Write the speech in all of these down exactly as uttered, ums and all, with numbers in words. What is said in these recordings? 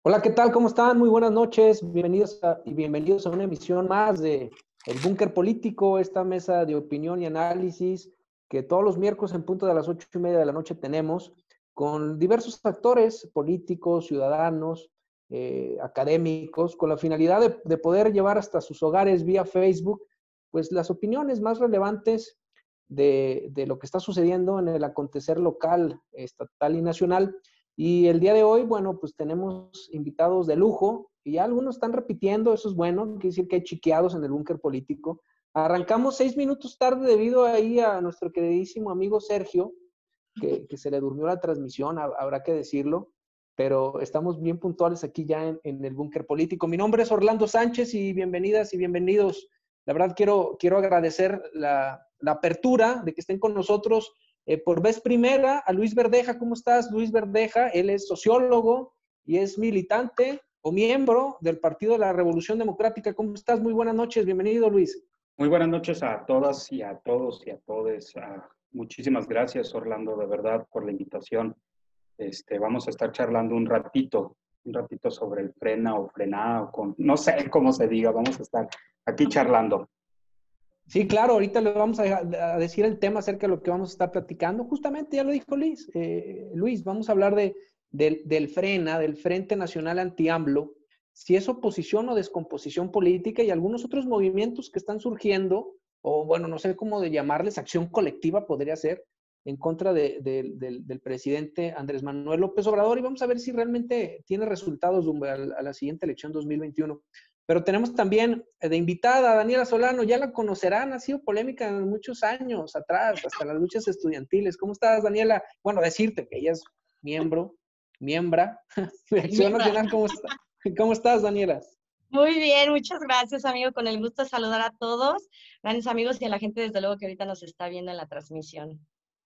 Hola, ¿qué tal? ¿Cómo están? Muy buenas noches. Bienvenidos a, y bienvenidos a una emisión más de El Búnker Político, esta mesa de opinión y análisis que todos los miércoles en punto de las ocho y media de la noche tenemos con diversos actores políticos, ciudadanos, eh, académicos, con la finalidad de, de poder llevar hasta sus hogares vía Facebook, pues las opiniones más relevantes de, de lo que está sucediendo en el acontecer local, estatal y nacional. Y el día de hoy, bueno, pues tenemos invitados de lujo y ya algunos están repitiendo, eso es bueno, quiere decir que hay chiqueados en el búnker político. Arrancamos seis minutos tarde debido ahí a nuestro queridísimo amigo Sergio, que, que se le durmió la transmisión, habrá que decirlo, pero estamos bien puntuales aquí ya en, en el búnker político. Mi nombre es Orlando Sánchez y bienvenidas y bienvenidos. La verdad quiero, quiero agradecer la, la apertura de que estén con nosotros. Eh, por vez primera, a Luis Verdeja. ¿Cómo estás, Luis Verdeja? Él es sociólogo y es militante o miembro del Partido de la Revolución Democrática. ¿Cómo estás? Muy buenas noches. Bienvenido, Luis. Muy buenas noches a todas y a todos y a todes. Uh, muchísimas gracias, Orlando, de verdad, por la invitación. Este, vamos a estar charlando un ratito, un ratito sobre el frena o frená, o con, no sé cómo se diga, vamos a estar aquí charlando. Sí, claro, ahorita le vamos a, a decir el tema acerca de lo que vamos a estar platicando. Justamente ya lo dijo Luis. Eh, Luis, vamos a hablar de, de, del FRENA, del Frente Nacional Anti-AMLO, si es oposición o descomposición política y algunos otros movimientos que están surgiendo, o bueno, no sé cómo de llamarles, acción colectiva podría ser, en contra de, de, de, del presidente Andrés Manuel López Obrador, y vamos a ver si realmente tiene resultados a, a la siguiente elección dos mil veintiuno. Pero tenemos también de invitada a Daniela Solano, ya la conocerán, ha sido polémica en muchos años atrás, hasta las luchas estudiantiles. ¿Cómo estás, Daniela? Bueno, decirte que ella es miembro, miembra de Acción Nacional. ¿Cómo, está? ¿Cómo estás, Daniela? Muy bien, muchas gracias, amigo. Con el gusto de saludar a todos, grandes amigos y a la gente, desde luego, que ahorita nos está viendo en la transmisión.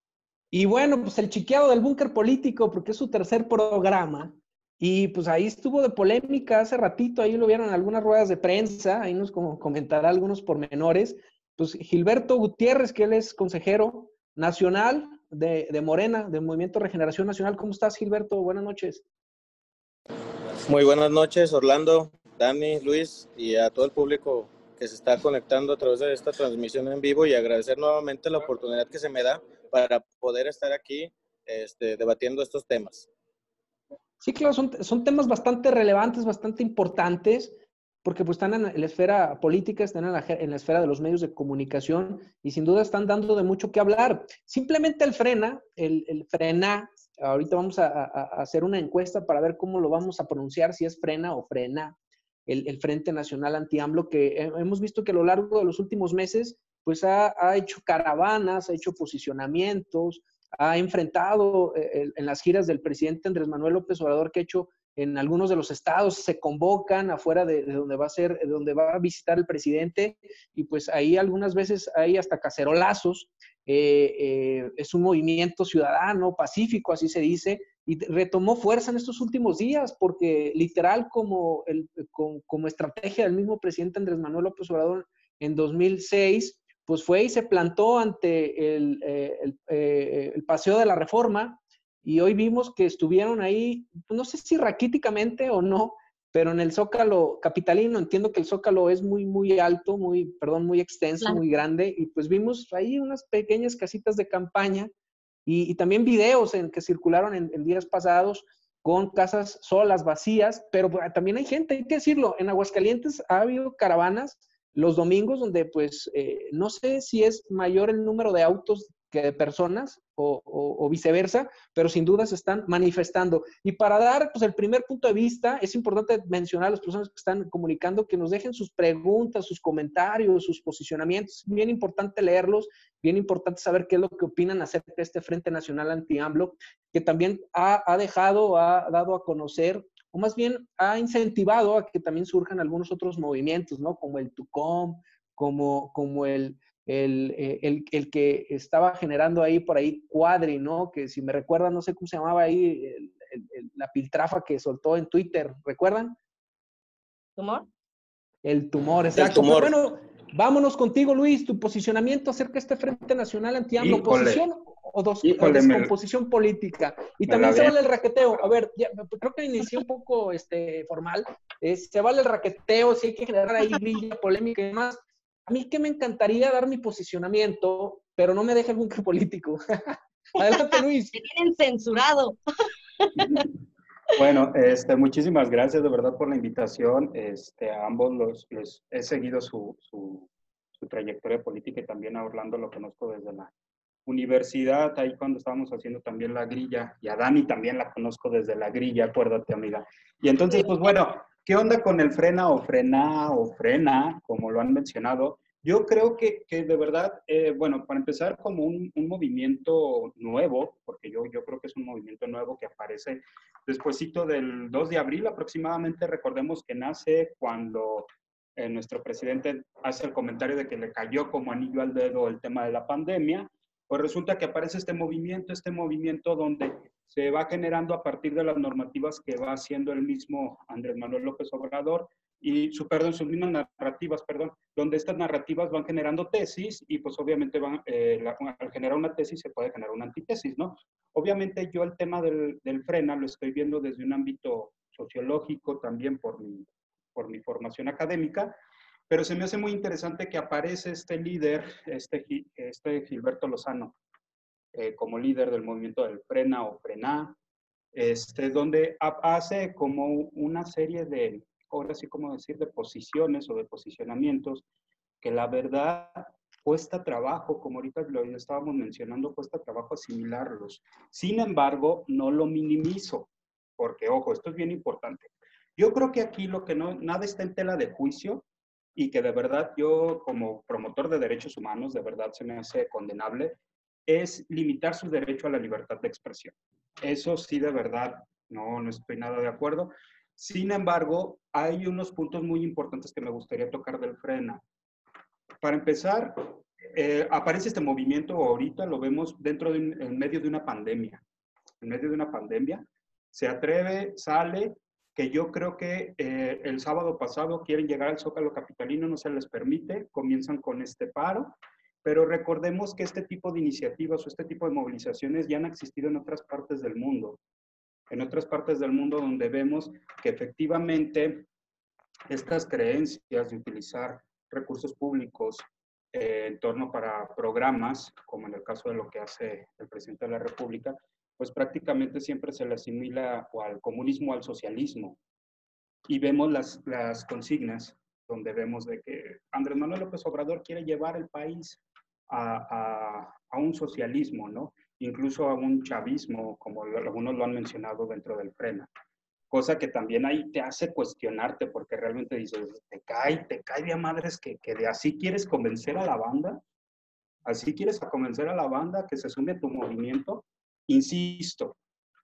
Y bueno, pues el chiqueado del búnker político, porque es su tercer programa. Y pues ahí estuvo de polémica hace ratito, ahí lo vieron en algunas ruedas de prensa, ahí nos comentará algunos pormenores. Pues Gilberto Gutiérrez, que él es consejero nacional de, de Morena, del Movimiento Regeneración Nacional. ¿Cómo estás, Gilberto? Buenas noches. Muy buenas noches, Orlando, Dani, Luis, y a todo el público que se está conectando a través de esta transmisión en vivo, y agradecer nuevamente la oportunidad que se me da para poder estar aquí este, debatiendo estos temas. Sí, claro, son, son temas bastante relevantes, bastante importantes, porque pues están en la esfera política, están en la, en la esfera de los medios de comunicación y sin duda están dando de mucho que hablar. Simplemente el FRENA, el, el FRENA, ahorita vamos a, a, a hacer una encuesta para ver cómo lo vamos a pronunciar, si es FRENA o FRENA, el, el Frente Nacional Anti-AMLO, que hemos visto que a lo largo de los últimos meses pues ha, ha hecho caravanas, ha hecho posicionamientos, ha enfrentado eh, en las giras del presidente Andrés Manuel López Obrador que ha hecho en algunos de los estados, se convocan afuera de, de donde va a ser, de donde va a visitar el presidente, y pues ahí algunas veces hay hasta cacerolazos. Eh, eh, es un movimiento ciudadano, pacífico, así se dice, y retomó fuerza en estos últimos días, porque literal como, el, como, como estrategia del mismo presidente Andrés Manuel López Obrador en dos mil seis, pues fue y se plantó ante el, eh, el, eh, el Paseo de la Reforma, y hoy vimos que estuvieron ahí, no sé si raquíticamente o no, pero en el Zócalo capitalino. Entiendo que el Zócalo es muy, muy alto, muy, perdón, muy extenso, claro, muy grande, y pues vimos ahí unas pequeñas casitas de campaña y, y también videos en, que circularon en, en días pasados con casas solas, vacías, pero también hay gente, hay que decirlo, en Aguascalientes ha habido caravanas los domingos donde pues eh, no sé si es mayor el número de autos que de personas o, o, o viceversa, pero sin duda se están manifestando. Y para dar pues el primer punto de vista, es importante mencionar a las personas que están comunicando que nos dejen sus preguntas, sus comentarios, sus posicionamientos. Bien importante leerlos, bien importante saber qué es lo que opinan acerca de este Frente Nacional Anti-AMLO, que también ha, ha dejado, ha dado a conocer, o más bien ha incentivado a que también surjan algunos otros movimientos, ¿no? Como el TUCOM, como, como el, el, el, el que estaba generando ahí por ahí Cuadri, ¿no? Que si me recuerdan, no sé cómo se llamaba ahí, el, el, el, la piltrafa que soltó en Twitter, ¿recuerdan? ¿Tumor? El tumor, exacto. El tumor. Pero bueno, vámonos contigo, Luis, tu posicionamiento acerca de este Frente Nacional Anti-AMLO, ¿oposición o, dos, o Híjole, descomposición me, política. Y también se vale el raqueteo. A ver, ya, creo que inicié un poco este, formal. Eh, se vale el raqueteo, si hay que generar ahí grilla, polémica y demás. A mí que me encantaría dar mi posicionamiento, pero no me deja el búnker político. Adelante, Luis. Te tienen censurado. Bueno, este, muchísimas gracias de verdad por la invitación. Este, a ambos los, los he seguido su, su, su trayectoria política y también a Orlando lo conozco desde la universidad, ahí cuando estábamos haciendo también la grilla, y a Dani también la conozco desde la grilla, acuérdate, amiga. Y entonces, pues bueno, ¿qué onda con el frena o frena o frena, como lo han mencionado? Yo creo que, que de verdad, eh, bueno, para empezar como un, un movimiento nuevo, porque yo, yo creo que es un movimiento nuevo que aparece despuesito del dos de abril aproximadamente, recordemos que nace cuando eh, nuestro presidente hace el comentario de que le cayó como anillo al dedo el tema de la pandemia. Pues resulta que aparece este movimiento, este movimiento donde se va generando a partir de las normativas que va haciendo el mismo Andrés Manuel López Obrador y su, perdón, sus mismas narrativas, perdón, donde estas narrativas van generando tesis y pues obviamente van, eh, la, al generar una tesis se puede generar una antítesis, ¿no? Obviamente yo el tema del, del frena lo estoy viendo desde un ámbito sociológico también por mi, por mi formación académica, pero se me hace muy interesante que aparece este líder, este, este Gilberto Lozano, eh, como líder del movimiento del frena o frená, este, donde hace como una serie de, ahora sí como decir, de posiciones o de posicionamientos que la verdad cuesta trabajo, como ahorita lo estábamos mencionando, cuesta trabajo asimilarlos. Sin embargo, no lo minimizo, porque ojo, esto es bien importante. Yo creo que aquí lo que no, nada está en tela de juicio, y que de verdad yo como promotor de derechos humanos, de verdad se me hace condenable, es limitar su derecho a la libertad de expresión. Eso sí, de verdad, no, no estoy nada de acuerdo. Sin embargo, hay unos puntos muy importantes que me gustaría tocar del frena. Para empezar, eh, aparece este movimiento ahorita, lo vemos dentro de un, en medio de una pandemia. En medio de una pandemia, se atreve, sale, que yo creo que eh, el sábado pasado quieren llegar al Zócalo capitalino, no se les permite, comienzan con este paro, pero recordemos que este tipo de iniciativas o este tipo de movilizaciones ya han existido en otras partes del mundo, en otras partes del mundo donde vemos que efectivamente estas creencias de utilizar recursos públicos eh, en torno para programas, como en el caso de lo que hace el presidente de la República, pues prácticamente siempre se le asimila o al comunismo o al socialismo. Y vemos las, las consignas donde vemos de que Andrés Manuel López Obrador quiere llevar el país a, a, a un socialismo, ¿no? Incluso a un chavismo, como algunos lo han mencionado dentro del frena. Cosa que también ahí te hace cuestionarte, porque realmente dices, te cae, te cae de a madres que, que de así quieres convencer a la banda, así quieres convencer a la banda que se sume a tu movimiento. Insisto,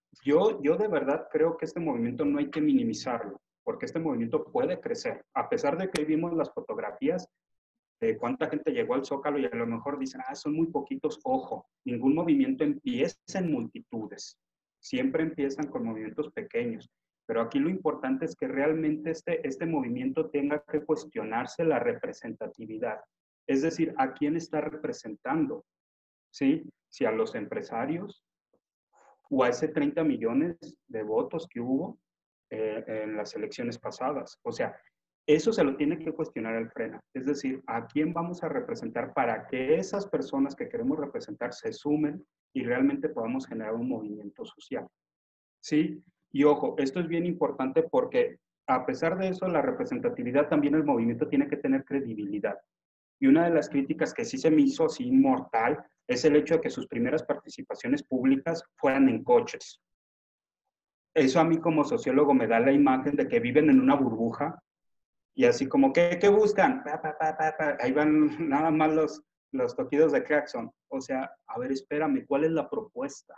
yo, yo de verdad creo que este movimiento no hay que minimizarlo, porque este movimiento puede crecer, a pesar de que vimos las fotografías de cuánta gente llegó al Zócalo y a lo mejor dicen, ah, son muy poquitos. Ojo, ningún movimiento empieza en multitudes, siempre empiezan con movimientos pequeños, pero aquí lo importante es que realmente este, este movimiento tenga que cuestionarse la representatividad, es decir, ¿a quién está representando? ¿Sí? Si a los empresarios o a ese treinta millones de votos que hubo eh, en las elecciones pasadas. O sea, eso se lo tiene que cuestionar el frena. Es decir, ¿a quién vamos a representar para que esas personas que queremos representar se sumen y realmente podamos generar un movimiento social? ¿Sí? Y ojo, esto es bien importante porque a pesar de eso, la representatividad también el movimiento tiene que tener credibilidad. Y una de las críticas que sí se me hizo así mortal es el hecho de que sus primeras participaciones públicas fueran en coches. Eso a mí como sociólogo me da la imagen de que viven en una burbuja y así como, ¿qué, qué buscan? Pa, pa, pa, pa, pa. Ahí van nada más los, los toquidos de claxon. O sea, a ver, espérame, ¿cuál es la propuesta?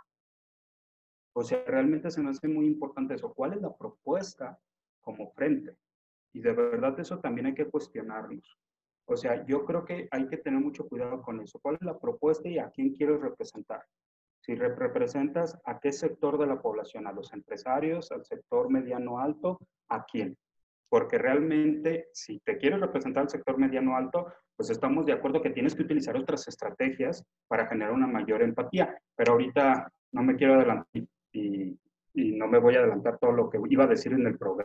O sea, realmente se me hace muy importante eso. ¿Cuál es la propuesta como frente? Y de verdad eso también hay que cuestionarnos. O sea, yo creo que hay que tener mucho cuidado con eso. ¿Cuál es la propuesta y a quién quieres representar? Si rep representas a qué sector de la población, a los empresarios, al sector mediano alto, ¿a quién? porque realmente si te quieres representar al sector mediano alto, pues estamos de acuerdo que tienes que utilizar otras estrategias para generar una mayor empatía, pero ahorita no me quiero adelantar y, y no me voy a adelantar todo lo que iba a decir en el programa.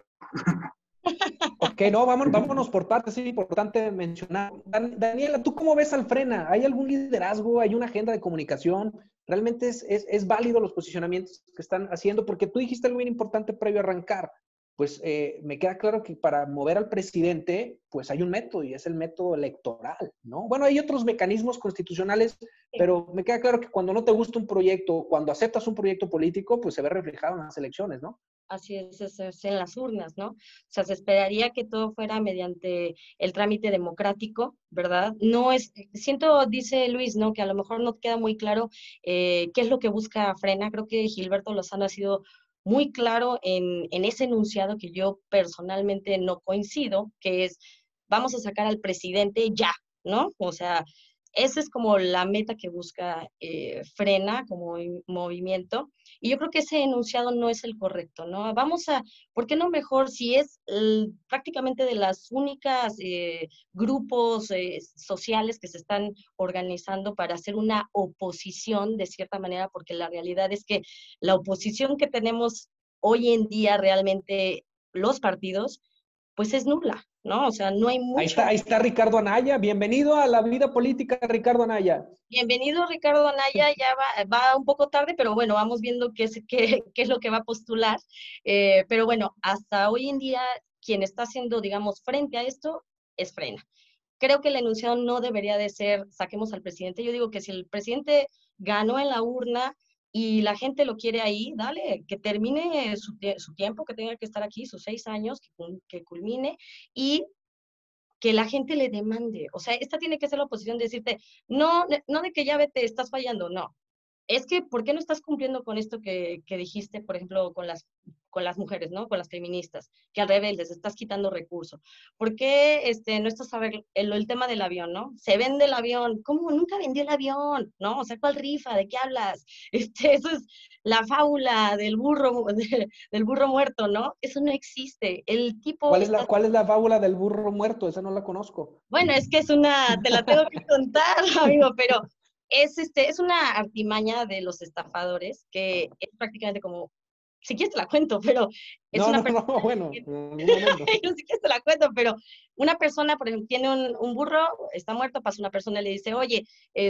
Ok, no, vámonos, vámonos por partes, es importante mencionar. Dan, Daniela, ¿tú cómo ves al Frena? ¿Hay algún liderazgo? ¿Hay una agenda de comunicación? ¿Realmente es, es, es válido los posicionamientos que están haciendo? Porque tú dijiste algo bien importante previo a arrancar. Pues eh, me queda claro que para mover al presidente, pues hay un método y es el método electoral, ¿no? Bueno, hay otros mecanismos constitucionales, pero me queda claro que cuando no te gusta un proyecto, cuando aceptas un proyecto político, pues se ve reflejado en las elecciones, ¿no? Así es, es, es en las urnas, ¿no? O sea, se esperaría que todo fuera mediante el trámite democrático, ¿verdad? No es, siento, dice Luis, ¿no? Que a lo mejor no queda muy claro eh, qué es lo que busca Frena. Creo que Gilberto Lozano ha sido muy claro en, en ese enunciado que yo personalmente no coincido, que es, vamos a sacar al presidente ya, ¿no? O sea, esa es como la meta que busca eh, Frena como movimiento. Y yo creo que ese enunciado no es el correcto, ¿no? Vamos a, ¿por qué no mejor si es el, prácticamente de las únicas eh, grupos eh, sociales que se están organizando para hacer una oposición de cierta manera? Porque la realidad es que la oposición que tenemos hoy en día realmente los partidos, pues es nula, ¿no? O sea, no hay mucho. Ahí está, ahí está Ricardo Anaya. Bienvenido a la vida política, Ricardo Anaya. Bienvenido, Ricardo Anaya. Ya va, va un poco tarde, pero bueno, vamos viendo qué es, qué, qué es lo que va a postular. Eh, pero bueno, hasta hoy en día, quien está haciendo, digamos, frente a esto es Frena. Creo que el enunciado no debería de ser, saquemos al presidente. Yo digo que si el presidente ganó en la urna y la gente lo quiere ahí, dale, que termine su, su tiempo, que tenga que estar aquí, sus seis años, que, que culmine, y que la gente le demande. O sea, esta tiene que ser la oposición de decirte, no, no de que ya vete, estás fallando, no. Es que, ¿por qué no estás cumpliendo con esto que, que dijiste, por ejemplo, con las, con las mujeres, ¿no? Con las feministas, que al revés, les estás quitando recursos. ¿Por qué este, no estás a ver el, el tema del avión, ¿no? Se vende el avión. ¿Cómo? Nunca vendió el avión, ¿no? O sea, ¿cuál rifa? ¿De qué hablas? Este, eso es la fábula del burro, de, del burro muerto, ¿no? Eso no existe. El tipo ¿Cuál es, está... la, ¿Cuál es la fábula del burro muerto? Esa no la conozco. Bueno, es que es una, te la tengo que contar, amigo, pero es, este, es una artimaña de los estafadores que es prácticamente como, si quieres te la cuento, pero es no, una no, persona... no, bueno, Que, en algún momento. yo si quieres te la cuento, pero una persona, por ejemplo, tiene un, un burro, está muerto, pasa una persona y le dice, oye,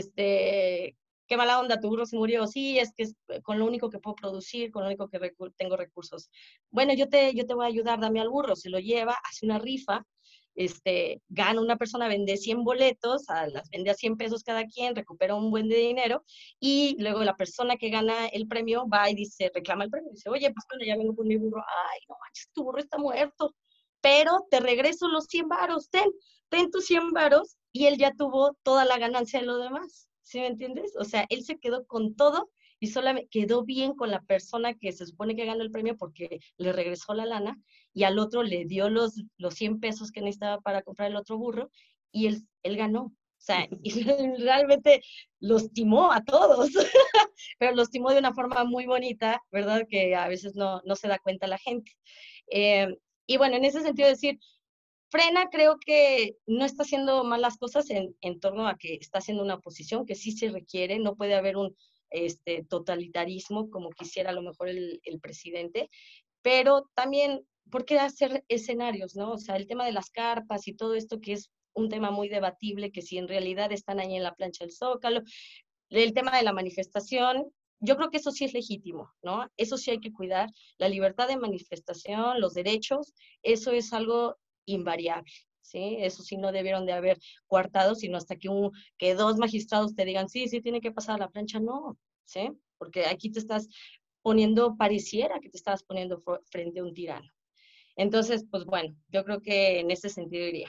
este, qué mala onda, tu burro se murió. Sí, es que es con lo único que puedo producir, con lo único que recu tengo recursos. Bueno, yo te, yo te voy a ayudar, dame al burro. Se lo lleva, hace una rifa, este, gana una persona, vende cien boletos, a las vende a cien pesos cada quien, recupera un buen de dinero, y luego la persona que gana el premio va y dice, reclama el premio, dice, oye, pues cuando ya vengo con mi burro, ay, no manches, tu burro está muerto, pero te regreso los cien varos, ten, ten tus cien varos, y él ya tuvo toda la ganancia de lo demás, ¿sí me entiendes? O sea, él se quedó con todo, y solamente quedó bien con la persona que se supone que ganó el premio porque le regresó la lana, y al otro le dio los, los cien pesos que necesitaba para comprar el otro burro, y él, él ganó. O sea, y realmente los timó a todos, pero los timó de una forma muy bonita, ¿verdad? Que a veces no, no se da cuenta la gente. Eh, y bueno, en ese sentido decir, Frena creo que no está haciendo malas cosas en, en torno a que está haciendo una oposición, que sí se requiere, no puede haber un este, totalitarismo como quisiera a lo mejor el, el presidente, pero también, ¿por qué hacer escenarios, no? O sea, el tema de las carpas y todo esto que es un tema muy debatible, que si en realidad están ahí en la plancha del Zócalo, el tema de la manifestación, yo creo que eso sí es legítimo, ¿no? Eso sí hay que cuidar, la libertad de manifestación, los derechos, eso es algo invariable, ¿sí? Eso sí no debieron de haber coartado, sino hasta que, un, que dos magistrados te digan, sí, sí, tiene que pasar a la plancha, no, ¿sí? Porque aquí te estás poniendo, pareciera que te estabas poniendo frente a un tirano. Entonces, pues bueno, yo creo que en ese sentido iría.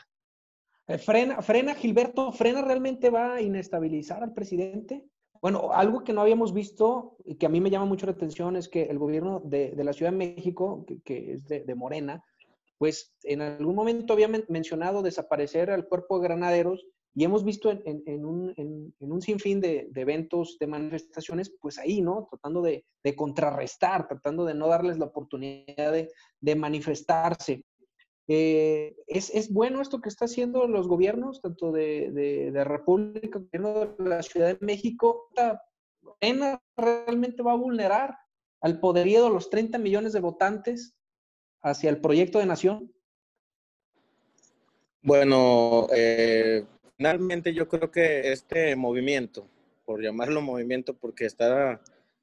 ¿Frena, frena, Gilberto, frena realmente va a inestabilizar al presidente? Bueno, algo que no habíamos visto y que a mí me llama mucho la atención es que el gobierno de, de la Ciudad de México, que, que es de, de Morena, pues en algún momento había men mencionado desaparecer al cuerpo de granaderos y hemos visto en, en, en, un, en, en un sinfín de, de eventos, de manifestaciones, pues ahí, ¿no? Tratando de, de contrarrestar, tratando de no darles la oportunidad de, de manifestarse. Eh, ¿es, ¿Es bueno esto que está haciendo los gobiernos, tanto de, de, de República, gobierno de la Ciudad de México? ¿Esta pena realmente va a vulnerar al poderío de los treinta millones de votantes hacia el proyecto de nación? Bueno, eh, finalmente yo creo que este movimiento, por llamarlo movimiento, porque está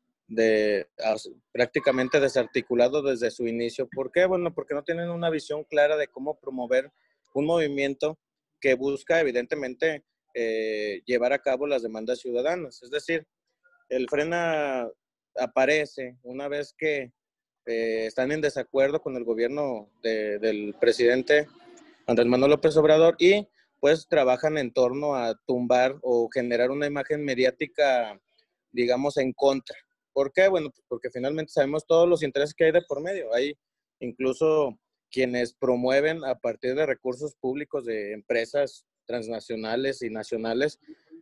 de, as, prácticamente desarticulado desde su inicio. ¿Por qué? Bueno, porque no tienen una visión clara de cómo promover un movimiento que busca evidentemente eh, llevar a cabo las demandas ciudadanas. Es decir, el Frena aparece una vez que eh, están en desacuerdo con el gobierno de, del presidente Andrés Manuel López Obrador y pues trabajan en torno a tumbar o generar una imagen mediática, digamos, en contra. ¿Por qué? Bueno, porque finalmente sabemos todos los intereses que hay de por medio. Hay incluso quienes promueven a partir de recursos públicos de empresas transnacionales y nacionales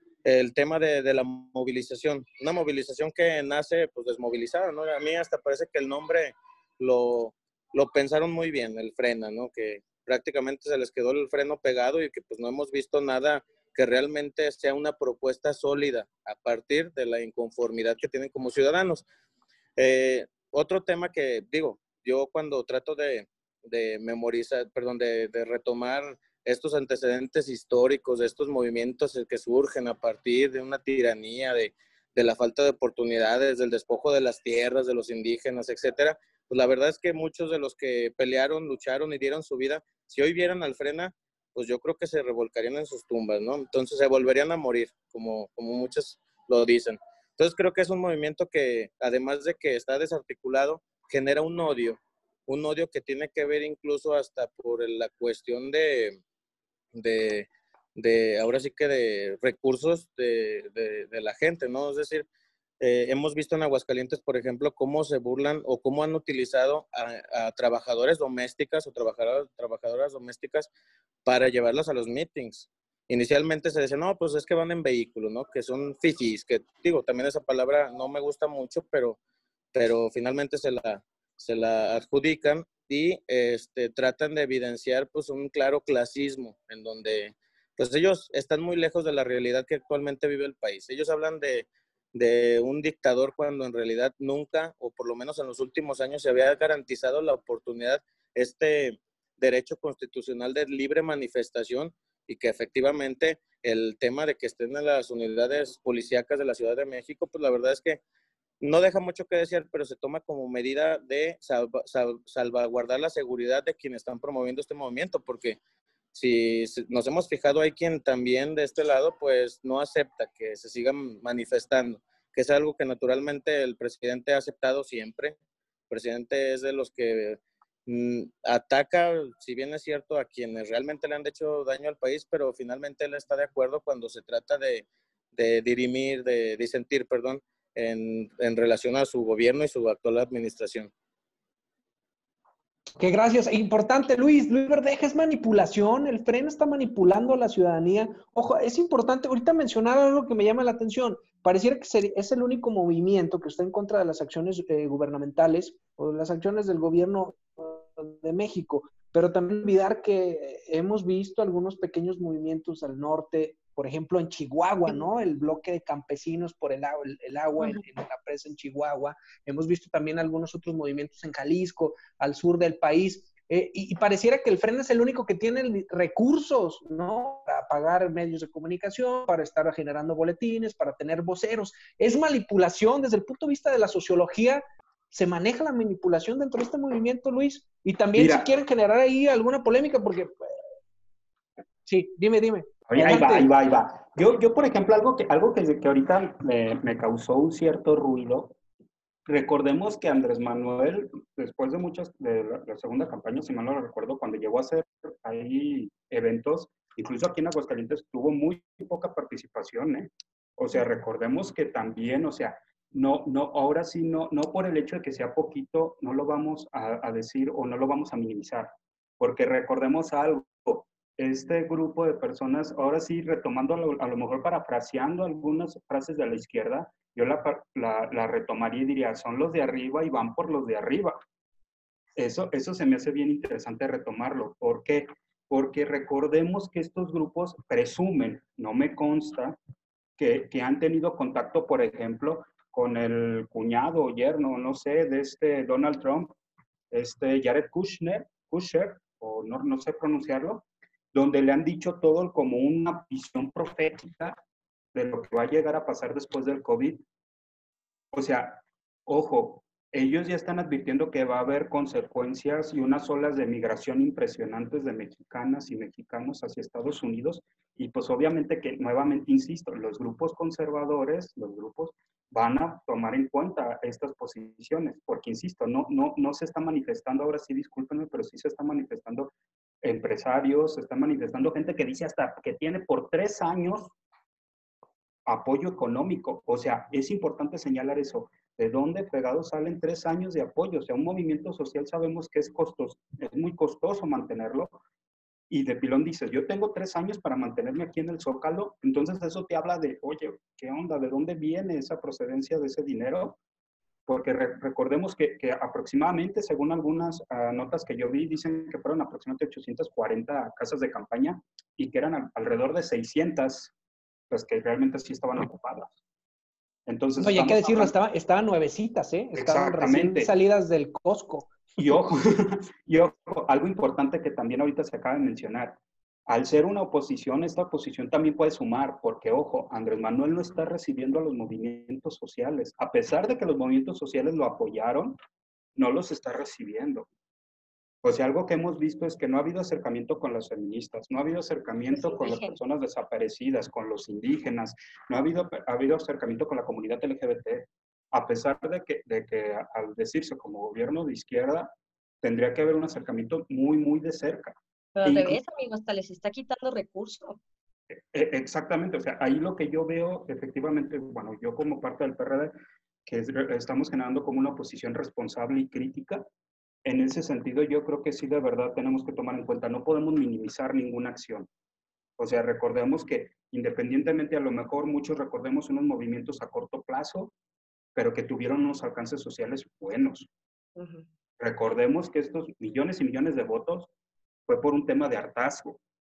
el tema de, de la movilización. Una movilización que nace pues desmovilizada, ¿no? A mí hasta parece que el nombre lo, lo pensaron muy bien, el Frena, ¿no? Que prácticamente se les quedó el freno pegado y que pues no hemos visto nada que realmente sea una propuesta sólida a partir de la inconformidad que tienen como ciudadanos. Eh, otro tema que digo, yo cuando trato de, de memorizar, perdón, de, de retomar estos antecedentes históricos, de estos movimientos que surgen a partir de una tiranía, de, de la falta de oportunidades, del despojo de las tierras, de los indígenas, etcétera, pues la verdad es que muchos de los que pelearon, lucharon y dieron su vida, si hoy vieran al Frena, pues yo creo que se revolcarían en sus tumbas, ¿no? Entonces se volverían a morir, como, como muchos lo dicen. Entonces creo que es un movimiento que, además de que está desarticulado, genera un odio, un odio que tiene que ver incluso hasta por la cuestión de, de, de ahora sí que de recursos de, de, de la gente, ¿no? Es decir, eh, hemos visto en Aguascalientes, por ejemplo, cómo se burlan o cómo han utilizado a, a trabajadores domésticas o trabajadoras, trabajadoras domésticas para llevarlas a los meetings. Inicialmente se decía, no, pues es que van en vehículo, ¿no? Que son fifís, que digo, también esa palabra no me gusta mucho, pero, pero finalmente se la, se la adjudican y este, tratan de evidenciar pues un claro clasismo en donde pues ellos están muy lejos de la realidad que actualmente vive el país. Ellos hablan de, de un dictador cuando en realidad nunca, o por lo menos en los últimos años, se había garantizado la oportunidad, este derecho constitucional de libre manifestación y que efectivamente el tema de que estén en las unidades policíacas de la Ciudad de México, pues la verdad es que no deja mucho que decir, pero se toma como medida de salva, sal, salvaguardar la seguridad de quienes están promoviendo este movimiento, porque si nos hemos fijado, hay quien también de este lado pues no acepta que se sigan manifestando, que es algo que naturalmente el presidente ha aceptado siempre. El presidente es de los que mmm, ataca, si bien es cierto, a quienes realmente le han hecho daño al país, pero finalmente él está de acuerdo cuando se trata de, de dirimir, de disentir, perdón, en, en relación a su gobierno y su actual administración. Que gracias. Importante, Luis. Luis Verdeja, es manipulación. El Frena está manipulando a la ciudadanía. Ojo, es importante. Ahorita mencionar algo que me llama la atención. Pareciera que es el único movimiento que está en contra de las acciones eh, gubernamentales o de las acciones del gobierno de México. Pero también olvidar que hemos visto algunos pequeños movimientos al norte, por ejemplo, en Chihuahua, ¿no? El bloque de campesinos por el, el, el agua en, en la presa en Chihuahua. Hemos visto también algunos otros movimientos en Jalisco, al sur del país. Eh, y, y pareciera que el Frena es el único que tiene recursos, ¿no? Para pagar medios de comunicación, para estar generando boletines, para tener voceros. Es manipulación desde el punto de vista de la sociología. Se maneja la manipulación dentro de este movimiento, Luis. Y también Mira, si quieren generar ahí alguna polémica, porque... Sí, dime, dime. Oye, ahí va, ahí va, ahí va. Yo, yo por ejemplo, algo que, algo que, que ahorita me, me causó un cierto ruido. Recordemos que Andrés Manuel, después de muchas, de la, la segunda campaña, si mal no lo recuerdo, cuando llegó a hacer ahí eventos, incluso aquí en Aguascalientes tuvo muy poca participación, ¿eh? O sea, recordemos que también, o sea, no, no, ahora sí, no, no por el hecho de que sea poquito, no lo vamos a, a decir o no lo vamos a minimizar, porque recordemos algo, este grupo de personas, ahora sí, retomando a lo, a lo mejor parafraseando algunas frases de la izquierda, yo la, la, la retomaría y diría, son los de arriba y van por los de arriba. Eso, eso se me hace bien interesante retomarlo. ¿Por qué? Porque recordemos que estos grupos presumen, no me consta, que, que han tenido contacto, por ejemplo, con el cuñado o yerno, no sé, de este Donald Trump, este Jared Kushner, Kushner o no, no sé pronunciarlo, donde le han dicho todo como una visión profética de lo que va a llegar a pasar después del COVID. O sea, ojo, ellos ya están advirtiendo que va a haber consecuencias y unas olas de migración impresionantes de mexicanas y mexicanos hacia Estados Unidos. Y pues obviamente que, nuevamente insisto, los grupos conservadores, los grupos van a tomar en cuenta estas posiciones, porque insisto, no, no, no se está manifestando, ahora sí, discúlpenme, pero sí se está manifestando empresarios, se está manifestando gente que dice hasta que tiene por tres años apoyo económico. O sea, es importante señalar eso. ¿De dónde fregados salen tres años de apoyo? O sea, un movimiento social sabemos que es costoso, es muy costoso mantenerlo. Y de pilón dices, yo tengo tres años para mantenerme aquí en el Zócalo. Entonces eso te habla de, oye, ¿qué onda? ¿De dónde viene esa procedencia de ese dinero? Porque re recordemos que, que aproximadamente, según algunas uh, notas que yo vi, dicen que fueron aproximadamente ochocientas cuarenta casas de campaña y que eran al alrededor de seiscientas las que realmente sí estaban ocupadas. Entonces, no, y hay que decirlo, hablando... estaban, estaban nuevecitas, ¿eh? Estaban recién salidas del Costco. Y ojo, y ojo, algo importante que también ahorita se acaba de mencionar. Al ser una oposición, esta oposición también puede sumar, porque ojo, Andrés Manuel no está recibiendo a los movimientos sociales. A pesar de que los movimientos sociales lo apoyaron, no los está recibiendo. O sea, algo que hemos visto es que no ha habido acercamiento con las feministas, no ha habido acercamiento con las personas desaparecidas, con los indígenas, no ha habido, ha habido acercamiento con la comunidad L G B T. A pesar de que, de que al decirse como gobierno de izquierda, tendría que haber un acercamiento muy, muy de cerca. Pero al revés, amigos, hasta les está quitando recursos. Exactamente, o sea, ahí lo que yo veo, efectivamente, bueno, yo como parte del P R D, que es, estamos generando como una oposición responsable y crítica. En ese sentido, yo creo que sí, de verdad, tenemos que tomar en cuenta, no podemos minimizar ninguna acción. O sea, recordemos que independientemente, a lo mejor muchos recordemos unos movimientos a corto plazo, pero que tuvieron unos alcances sociales buenos. Uh-huh. Recordemos que estos millones y millones de votos fue por un tema de hartazgo.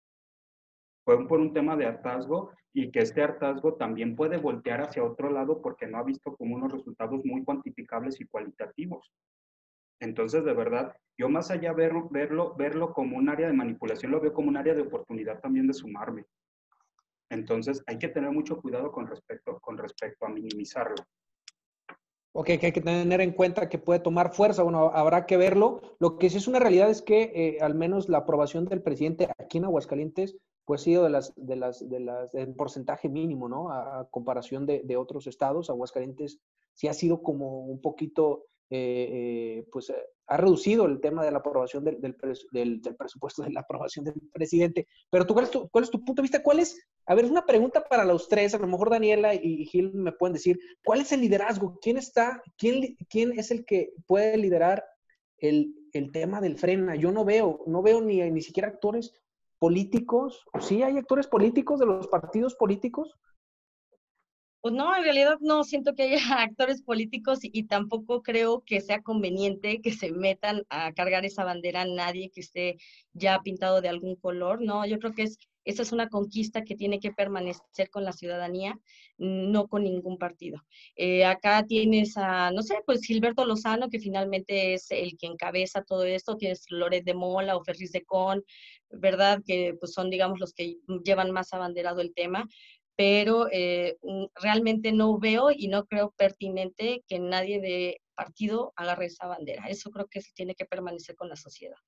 Fue por un tema de hartazgo y que este hartazgo también puede voltear hacia otro lado porque no ha visto como unos resultados muy cuantificables y cualitativos. Entonces, de verdad, yo más allá de verlo, verlo, verlo como un área de manipulación, lo veo como un área de oportunidad también de sumarme. Entonces, hay que tener mucho cuidado con respecto, con respecto a minimizarlo. Ok, que hay que tener en cuenta que puede tomar fuerza, bueno, habrá que verlo. Lo que sí es una realidad es que eh, al menos la aprobación del presidente aquí en Aguascalientes pues ha sido de las, de las, de las, del porcentaje mínimo, ¿no? A, a comparación de, de otros estados, Aguascalientes sí ha sido como un poquito... Eh, eh, pues eh, ha reducido el tema de la aprobación del, del, pres, del, del presupuesto, de la aprobación del presidente. Pero tú, ¿cuál es tu, cuál es tu punto de vista? ¿Cuál es? A ver, es una pregunta para los tres, a lo mejor Daniela y Gil me pueden decir, ¿cuál es el liderazgo? ¿Quién está, quién, quién es el que puede liderar el, el tema del Frena? Yo no veo, no veo ni, ni siquiera actores políticos. ¿Sí hay actores políticos de los partidos políticos? Pues no, en realidad no siento que haya actores políticos y, y tampoco creo que sea conveniente que se metan a cargar esa bandera a nadie que esté ya pintado de algún color, ¿no? Yo creo que es, esa es una conquista que tiene que permanecer con la ciudadanía, no con ningún partido. Eh, acá tienes a, no sé, pues Gilberto Lozano, que finalmente es el que encabeza todo esto, tienes Loret de Mola o Ferriz de Con, ¿verdad? Que pues son, digamos, los que llevan más abanderado el tema. Pero eh, realmente no veo y no creo pertinente que nadie de partido agarre esa bandera. Eso creo que tiene que permanecer con la sociedad.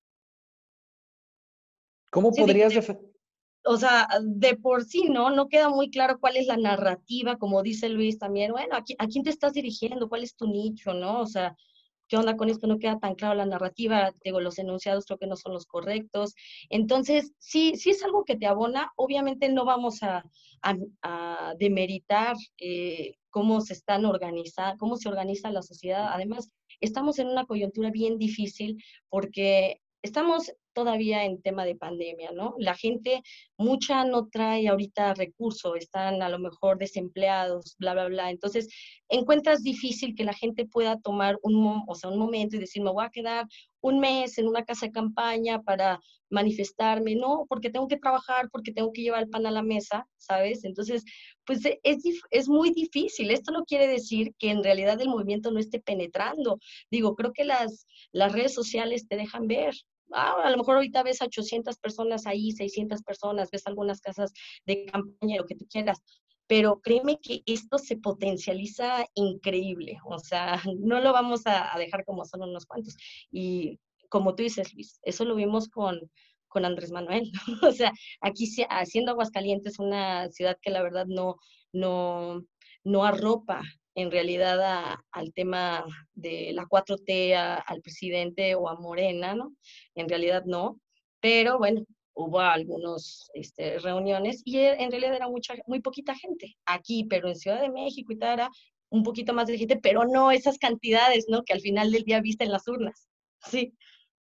¿Cómo sí, podrías de, O sea, de por sí, ¿no? No queda muy claro cuál es la narrativa, como dice Luis también. Bueno, ¿a, ¿a quién te estás dirigiendo? ¿Cuál es tu nicho, no? O sea, ¿qué onda con esto? No queda tan claro la narrativa, digo, los enunciados creo que no son los correctos. Entonces, sí, sí es algo que te abona. Obviamente no vamos a, a, a demeritar eh, cómo se están organizando, cómo se organiza la sociedad. Además, estamos en una coyuntura bien difícil porque estamos todavía en tema de pandemia, ¿no? La gente, mucha no trae ahorita recursos, están a lo mejor desempleados, bla, bla, bla. Entonces, encuentras difícil que la gente pueda tomar un, o sea, un momento y decir, me voy a quedar un mes en una casa de campaña para manifestarme, no, porque tengo que trabajar, porque tengo que llevar el pan a la mesa, ¿sabes? Entonces, pues es, es muy difícil. Esto no quiere decir que en realidad el movimiento no esté penetrando. Digo, creo que las, las redes sociales te dejan ver. Ah, a lo mejor ahorita ves a ochocientas personas ahí, seiscientas personas, ves algunas casas de campaña, lo que tú quieras, pero créeme que esto se potencializa increíble, o sea, no lo vamos a, a dejar como son unos cuantos. Y como tú dices, Luis, eso lo vimos con, con Andrés Manuel, ¿no? O sea, aquí haciendo Aguascalientes una ciudad que la verdad no, no, no arropa en realidad a, al tema de la cuatro T, a, al presidente o a Morena, ¿no? En realidad no, pero bueno, hubo algunas este, reuniones y en realidad era mucha, muy poquita gente aquí, pero en Ciudad de México y tal era un poquito más de gente, pero no esas cantidades, ¿no? Que al final del día viste en las urnas, ¿sí?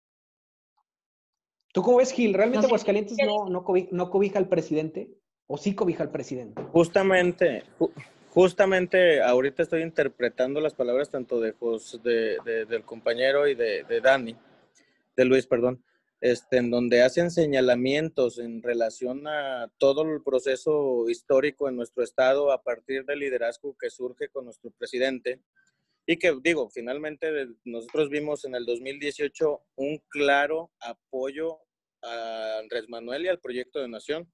¿Tú cómo ves, Gil? ¿Realmente No sé, Aguascalientes no, no, cobija, no cobija al presidente? ¿O sí cobija al presidente? Justamente, ju justamente ahorita estoy interpretando las palabras tanto de, Jos, de, de del compañero y de, de Dani, de Luis, perdón, este, en donde hacen señalamientos en relación a todo el proceso histórico en nuestro estado a partir del liderazgo que surge con nuestro presidente. Y que, digo, finalmente nosotros vimos en el dos mil dieciocho un claro apoyo a Andrés Manuel y al proyecto de nación.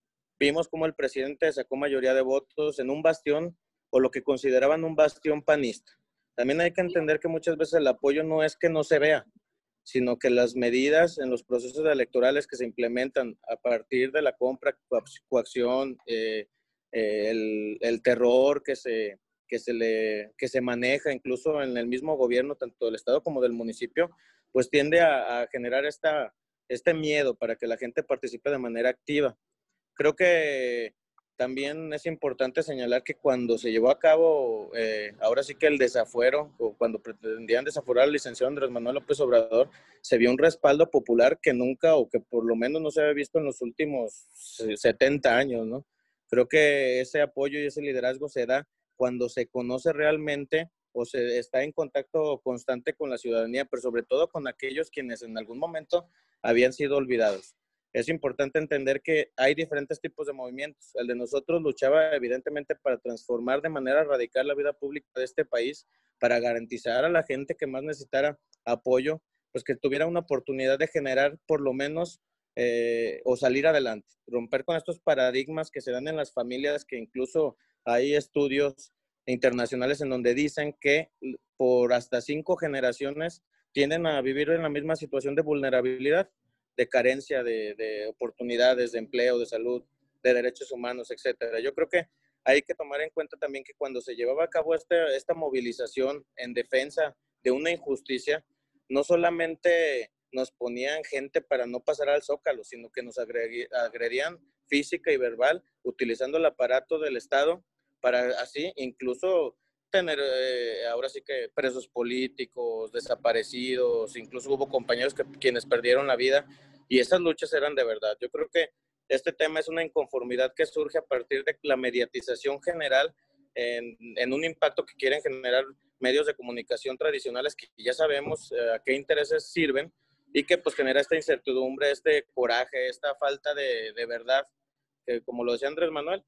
Vimos cómo el presidente sacó mayoría de votos en un bastión, o lo que consideraban un bastión panista. También hay que entender que muchas veces el apoyo no es que no se vea, sino que las medidas en los procesos electorales que se implementan a partir de la compra, coacción, eh, eh, el, el terror que se, que, se le, que se maneja incluso en el mismo gobierno, tanto del estado como del municipio, pues tiende a, a generar esta, este miedo para que la gente participe de manera activa. Creo que también es importante señalar que cuando se llevó a cabo, eh, ahora sí que el desafuero, o cuando pretendían desaforar al licenciado Andrés Manuel López Obrador, se vio un respaldo popular que nunca, o que por lo menos no se había visto en los últimos setenta años, ¿no? Creo que ese apoyo y ese liderazgo se da cuando se conoce realmente o se está en contacto constante con la ciudadanía, pero sobre todo con aquellos quienes en algún momento habían sido olvidados. Es importante entender que hay diferentes tipos de movimientos. El de nosotros luchaba evidentemente para transformar de manera radical la vida pública de este país, para garantizar a la gente que más necesitara apoyo, pues que tuviera una oportunidad de generar por lo menos eh, o salir adelante, romper con estos paradigmas que se dan en las familias, que incluso hay estudios internacionales en donde dicen que por hasta cinco generaciones tienden a vivir en la misma situación de vulnerabilidad, de carencia de, de oportunidades, de empleo, de salud, de derechos humanos, etcétera. Yo creo que hay que tomar en cuenta también que cuando se llevaba a cabo este, esta movilización en defensa de una injusticia, no solamente nos ponían gente para no pasar al Zócalo, sino que nos agredían física y verbal, utilizando el aparato del Estado para así incluso tener eh, ahora sí que presos políticos, desaparecidos, incluso hubo compañeros que quienes perdieron la vida, y esas luchas eran de verdad. Yo creo que este tema es una inconformidad que surge a partir de la mediatización general en, en un impacto que quieren generar medios de comunicación tradicionales que ya sabemos eh, a qué intereses sirven, y que pues genera esta incertidumbre, este coraje, esta falta de, de verdad, que como lo decía Andrés Manuel,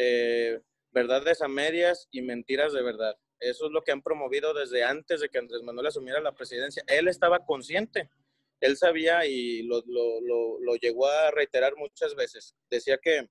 eh, verdades a medias y mentiras de verdad. Eso es lo que han promovido desde antes de que Andrés Manuel asumiera la presidencia. Él estaba consciente, él sabía y lo, lo, lo, lo llegó a reiterar muchas veces. Decía que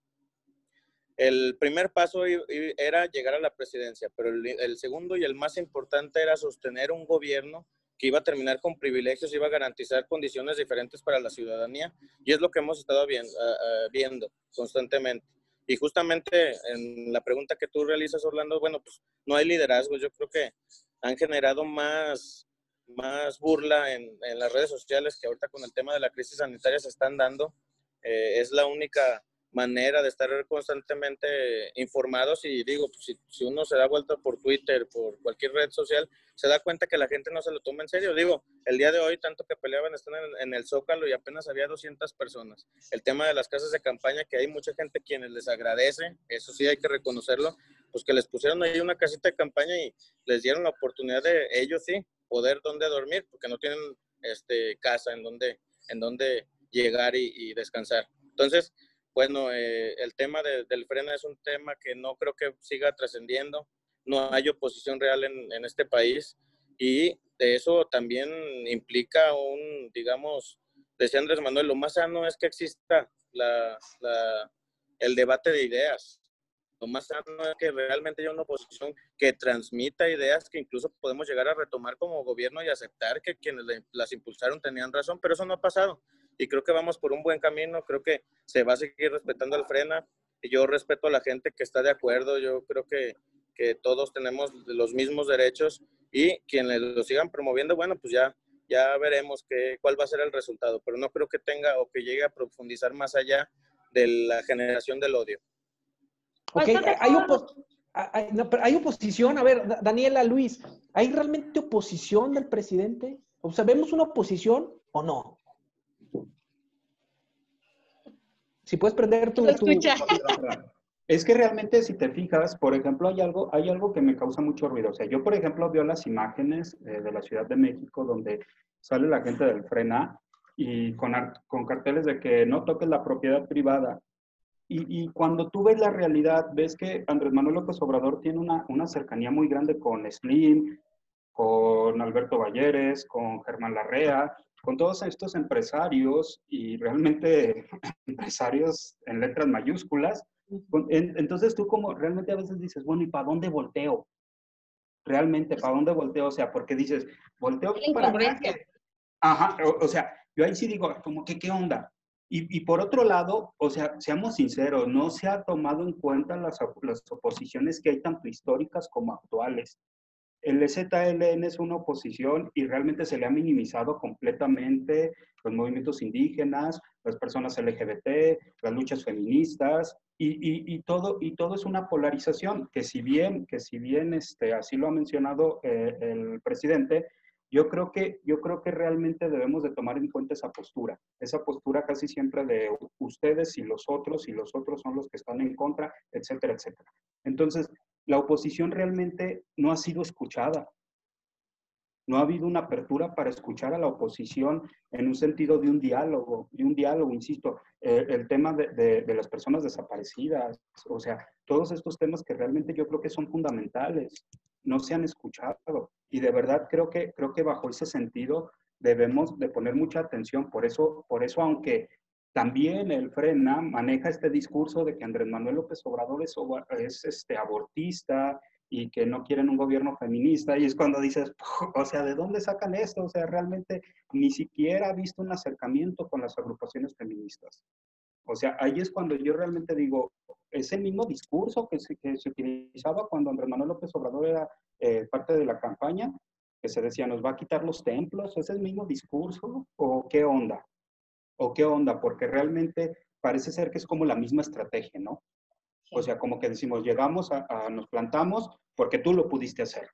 el primer paso era llegar a la presidencia, pero el, el segundo y el más importante era sostener un gobierno que iba a terminar con privilegios, iba a garantizar condiciones diferentes para la ciudadanía, y es lo que hemos estado viendo, uh, viendo constantemente. Y justamente en la pregunta que tú realizas, Orlando, bueno, pues no hay liderazgo. Yo creo que han generado más, más burla en, en las redes sociales, que ahorita con el tema de la crisis sanitaria se están dando. Eh, es la única manera de estar constantemente informados, y digo, pues, si, si uno se da vuelta por Twitter, por cualquier red social, se da cuenta que la gente no se lo toma en serio. Digo, el día de hoy, tanto que peleaban, están en, en el Zócalo y apenas había doscientas personas. El tema de las casas de campaña, que hay mucha gente quienes les agradece, eso sí hay que reconocerlo, pues que les pusieron ahí una casita de campaña y les dieron la oportunidad de ellos sí poder dónde dormir, porque no tienen este, casa en donde, en donde llegar y, y descansar. Entonces, bueno, eh, el tema de, del Frena es un tema que no creo que siga trascendiendo. No hay oposición real en, en este país y de eso también implica un, digamos, decía Andrés Manuel, lo más sano es que exista la, la, el debate de ideas. Lo más sano es que realmente haya una oposición que transmita ideas que incluso podemos llegar a retomar como gobierno y aceptar que quienes las impulsaron tenían razón, pero eso no ha pasado. Y creo que vamos por un buen camino, creo que se va a seguir respetando el Frena. Y yo respeto a la gente que está de acuerdo, yo creo que, que todos tenemos los mismos derechos y quienes lo sigan promoviendo, bueno, pues ya, ya veremos qué, cuál va a ser el resultado, pero no creo que tenga o que llegue a profundizar más allá de la generación del odio. Ok, hay, opos hay, no, pero hay oposición. A ver, Daniela, Luis, ¿hay realmente oposición del presidente? O sea, ¿vemos una oposición o no? Si puedes prender tu... tu... Es que realmente, si te fijas, por ejemplo, hay algo, hay algo que me causa mucho ruido. O sea, yo, por ejemplo, veo las imágenes eh, de la Ciudad de México donde sale la gente del Frena y con, con carteles de que no toques la propiedad privada. Y, y cuando tú ves la realidad, ves que Andrés Manuel López Obrador tiene una, una cercanía muy grande con Slim, con Alberto Balleres, con Germán Larrea, con todos estos empresarios y realmente empresarios en letras mayúsculas. Entonces tú como realmente a veces dices, bueno, ¿y para dónde volteo? Realmente, ¿para dónde volteo? O sea, porque dices, volteo para acá. Que... Ajá, o, o sea, yo ahí sí digo, como que, ¿qué onda? Y, y por otro lado, o sea, seamos sinceros, no se ha tomado en cuenta las, las oposiciones que hay tanto históricas como actuales. El E Z L N es una oposición y realmente se le ha minimizado completamente los movimientos indígenas, las personas L G B T, las luchas feministas y, y, y, todo, y todo es una polarización que si bien, que si bien este, así lo ha mencionado eh, el presidente, yo creo, que, yo creo que realmente debemos de tomar en cuenta esa postura, esa postura casi siempre de ustedes y los otros, y los otros son los que están en contra, etcétera, etcétera. Entonces, la oposición realmente no ha sido escuchada. No ha habido una apertura para escuchar a la oposición en un sentido de un diálogo, de un diálogo, insisto, eh, el tema de, de, de las personas desaparecidas, o sea, todos estos temas que realmente yo creo que son fundamentales, no se han escuchado. Y de verdad creo que, creo que bajo ese sentido debemos de poner mucha atención. Por eso, por eso aunque también el Frena maneja este discurso de que Andrés Manuel López Obrador es, es este, abortista y que no quieren un gobierno feminista, y es cuando dices, o sea, ¿de dónde sacan esto? O sea, realmente ni siquiera ha visto un acercamiento con las agrupaciones feministas. O sea, ahí es cuando yo realmente digo, es el mismo discurso que se, que se utilizaba cuando Andrés Manuel López Obrador era eh, parte de la campaña, que se decía, ¿nos va a quitar los templos? ¿Es el mismo discurso? ¿O qué onda? ¿O qué onda? Porque realmente parece ser que es como la misma estrategia, ¿no? O sea, como que decimos, llegamos, a, a, nos plantamos porque tú lo pudiste hacer.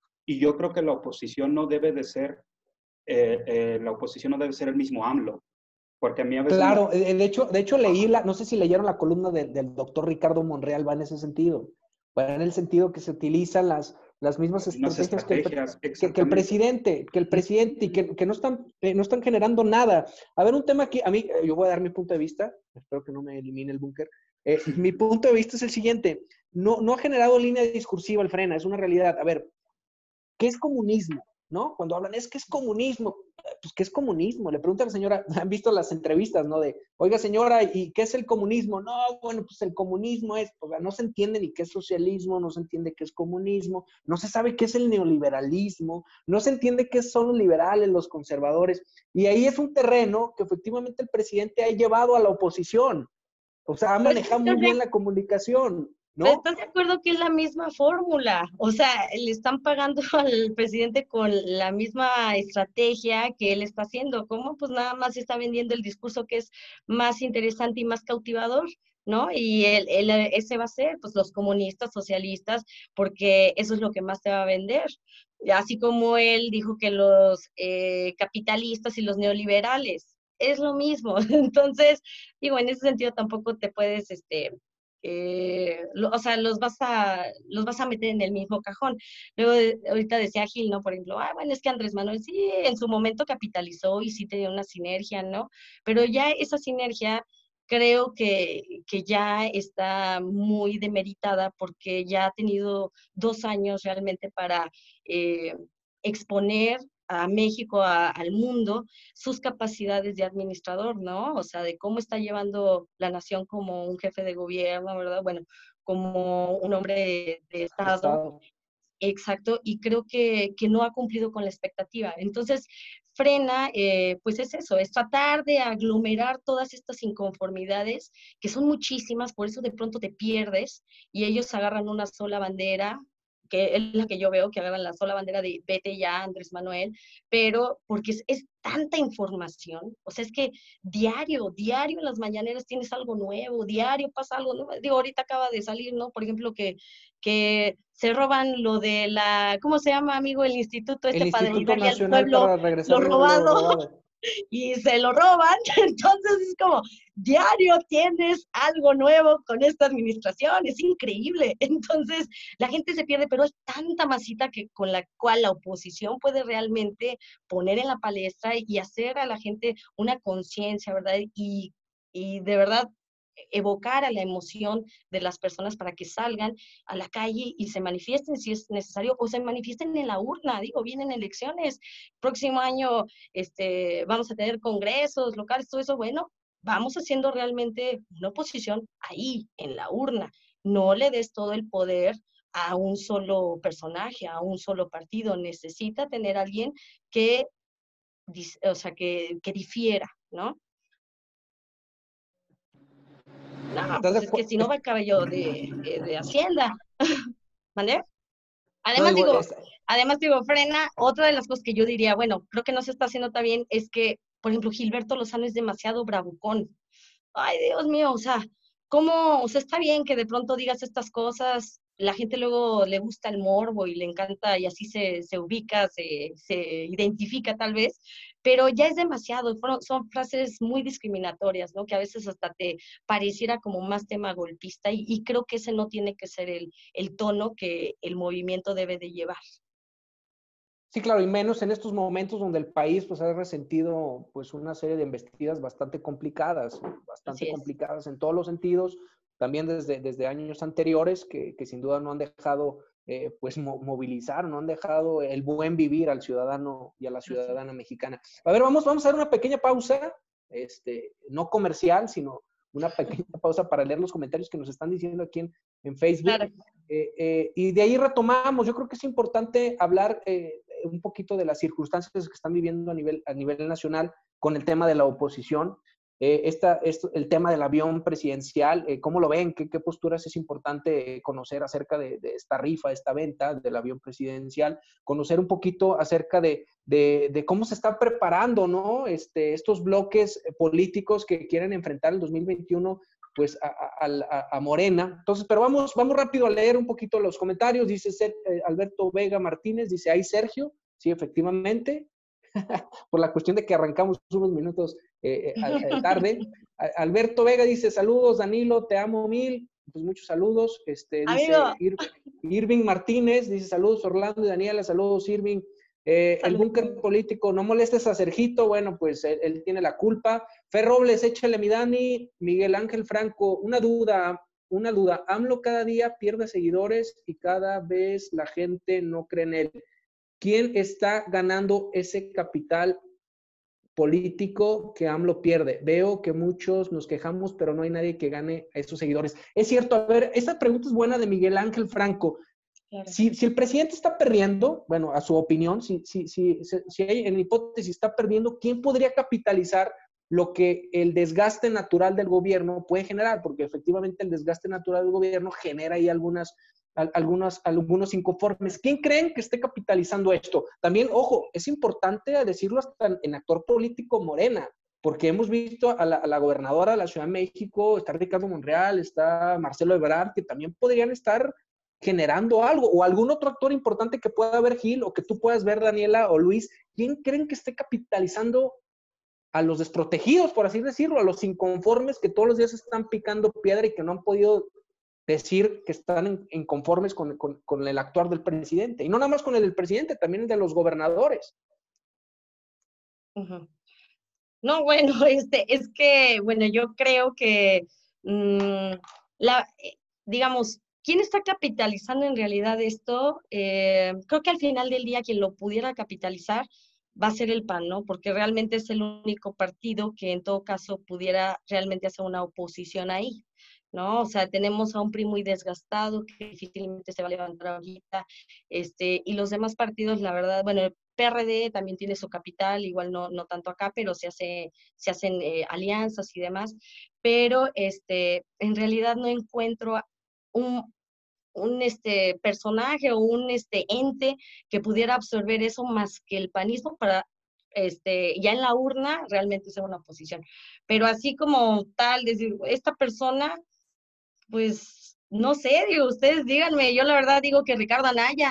Y yo creo que la oposición no debe de ser, eh, eh, la oposición no debe ser el mismo AMLO. Porque a mí a veces... Claro, me... de, hecho, de hecho leí, la, no sé si leyeron la columna de, del doctor Ricardo Monreal, va en ese sentido. Va en el sentido que se utilizan las, las mismas estrategias, estrategias que, el, que, que el presidente, que el presidente y que, que no, están, eh, no están generando nada. A ver, un tema que a mí, yo voy a dar mi punto de vista, espero que no me elimine el búnker. Eh, mi punto de vista es el siguiente, no, no ha generado línea discursiva el Frena, es una realidad. A ver, ¿qué es comunismo? ¿No? Cuando hablan, es que es comunismo. Pues, ¿qué es comunismo? Le pregunta a la señora, han visto las entrevistas, ¿no? De, oiga, señora, ¿y qué es el comunismo? No, bueno, pues el comunismo es, o sea, no se entiende ni qué es socialismo, no se entiende qué es comunismo, no se sabe qué es el neoliberalismo, no se entiende qué son los liberales, los conservadores, y ahí es un terreno que efectivamente el presidente ha llevado a la oposición. O sea, ha manejado muy bien la comunicación, ¿no? ¿Estás de acuerdo que es la misma fórmula? O sea, le están pagando al presidente con la misma estrategia que él está haciendo. ¿Cómo? Pues nada más está vendiendo el discurso que es más interesante y más cautivador, ¿no? Y él, él, ese va a ser, pues, los comunistas, socialistas, porque eso es lo que más te va a vender. Así como él dijo que los eh, capitalistas y los neoliberales. Es lo mismo. Entonces, digo, en ese sentido tampoco te puedes, este... eh, lo, o sea, los vas, a, los vas a meter en el mismo cajón. Luego, de, ahorita decía Gil, ¿no? Por ejemplo, ah, bueno, es que Andrés Manuel sí en su momento capitalizó y sí tenía una sinergia, ¿no? Pero ya esa sinergia creo que, que ya está muy demeritada porque ya ha tenido dos años realmente para eh, exponer a México, a, al mundo, sus capacidades de administrador, ¿no? O sea, de cómo está llevando la nación como un jefe de gobierno, ¿verdad? Bueno, como un hombre de, de Estado. Estado. Exacto, y creo que, que no ha cumplido con la expectativa. Entonces, Frena, eh, pues es eso, es tratar de aglomerar todas estas inconformidades, que son muchísimas, por eso de pronto te pierdes, y ellos agarran una sola bandera, que es la que yo veo, que agarran la sola bandera de vete ya, Andrés Manuel, pero porque es, es tanta información, o sea, es que diario, diario en las mañaneras tienes algo nuevo, diario pasa algo nuevo. Digo, ahorita acaba de salir, ¿no? Por ejemplo, que, que se roban lo de la, ¿cómo se llama, amigo? El instituto este El para Instituto devolverle al Nacional pueblo para regresar lo lo robado. robado. Y se lo roban, entonces es como, diario tienes algo nuevo con esta administración, es increíble. Entonces la gente se pierde, pero es tanta masita que con la cual la oposición puede realmente poner en la palestra y hacer a la gente una conciencia, ¿verdad? Y, y de verdad evocar a la emoción de las personas para que salgan a la calle y se manifiesten si es necesario, o se manifiesten en la urna. Digo, vienen elecciones, próximo año este, vamos a tener congresos locales, todo eso. Bueno, vamos haciendo realmente una oposición ahí, en la urna. No le des todo el poder a un solo personaje, a un solo partido. Necesita tener a alguien que, o sea, que, que difiera, ¿no? No, pues es que si no va el cabello de, de Hacienda. ¿Vale? No, Además, digo, digo, es, además, digo, Frena, otra de las cosas que yo diría, bueno, creo que no se está haciendo tan bien, es que, por ejemplo, Gilberto Lozano es demasiado bravucón. Ay, Dios mío, o sea, ¿cómo? O sea, está bien que de pronto digas estas cosas, la gente luego le gusta el morbo y le encanta y así se, se ubica, se, se identifica tal vez, pero ya es demasiado, son frases muy discriminatorias, ¿no? Que a veces hasta te pareciera como más tema golpista y, y creo que ese no tiene que ser el, el tono que el movimiento debe de llevar. Sí, claro, y menos en estos momentos donde el país pues ha resentido pues una serie de embestidas bastante complicadas, bastante complicadas en todos los sentidos, también desde, desde años anteriores que, que sin duda no han dejado eh, pues mo movilizar, no han dejado el buen vivir al ciudadano y a la ciudadana mexicana. A ver, vamos, vamos a dar una pequeña pausa, este, no comercial, sino una pequeña pausa para leer los comentarios que nos están diciendo aquí en, en Facebook. Claro. Eh, eh, y de ahí retomamos. Yo creo que es importante hablar eh, un poquito de las circunstancias que están viviendo a nivel, a nivel nacional con el tema de la oposición. Eh, esta, esto, el tema del avión presidencial, eh, ¿cómo lo ven? ¿Qué, qué posturas es importante conocer acerca de, de esta rifa, esta venta del avión presidencial? Conocer un poquito acerca de, de, de cómo se están preparando, ¿no? Este, estos bloques políticos que quieren enfrentar el dos mil veintiuno pues a, a, a Morena. Entonces, pero vamos, vamos rápido a leer un poquito los comentarios. Dice eh, Alberto Vega Martínez, dice, ¿hay Sergio? Sí, efectivamente. Por la cuestión de que arrancamos unos minutos eh, eh, tarde. Alberto Vega dice, saludos, Danilo, te amo mil. Pues muchos saludos. Este, dice Ir, Irving Martínez, dice, saludos, Orlando y Daniela, saludos, Irving. Eh, el búnker político, no molestes a Sergito, bueno, pues él, él tiene la culpa. Fer Robles, échale mi Dani. Miguel Ángel Franco, una duda, una duda. AMLO cada día pierde seguidores y cada vez la gente no cree en él. ¿Quién está ganando ese capital político que AMLO pierde? Veo que muchos nos quejamos, pero no hay nadie que gane a esos seguidores. Es cierto, a ver, esta pregunta es buena de Miguel Ángel Franco. Claro. Si, si el presidente está perdiendo, bueno, a su opinión, si, si, si, si hay en hipótesis está perdiendo, ¿quién podría capitalizar lo que el desgaste natural del gobierno puede generar? Porque efectivamente el desgaste natural del gobierno genera ahí algunas, algunas, algunos inconformes. ¿Quién creen que esté capitalizando esto? También, ojo, es importante decirlo hasta en actor político Morena, porque hemos visto a la, a la gobernadora de la Ciudad de México, está Ricardo Monreal, está Marcelo Ebrard, que también podrían estar generando algo, o algún otro actor importante que pueda ver Gil, o que tú puedas ver Daniela o Luis. ¿Quién creen que esté capitalizando a los desprotegidos, por así decirlo, a los inconformes que todos los días están picando piedra y que no han podido decir que están inconformes con, con, con el actuar del presidente. Y no nada más con el del presidente, también el de los gobernadores. Uh-huh. No, bueno, este, es que, bueno, yo creo que, mmm, la, digamos, ¿quién está capitalizando en realidad esto? Eh, creo que al final del día quien lo pudiera capitalizar va a ser el P A N, ¿no? Porque realmente es el único partido que en todo caso pudiera realmente hacer una oposición ahí, ¿no? O sea, tenemos a un P R I muy desgastado que difícilmente se va a levantar ahorita, este, y los demás partidos, la verdad, bueno, el P R D también tiene su capital, igual no, no tanto acá, pero se, hace, se hacen eh, alianzas y demás, pero este, en realidad no encuentro un, un este, personaje o un este, ente que pudiera absorber eso más que el panismo para este, ya en la urna realmente ser una oposición. Pero así como tal, decir, esta persona, pues, no sé, digo, ustedes díganme, yo la verdad digo que Ricardo Anaya.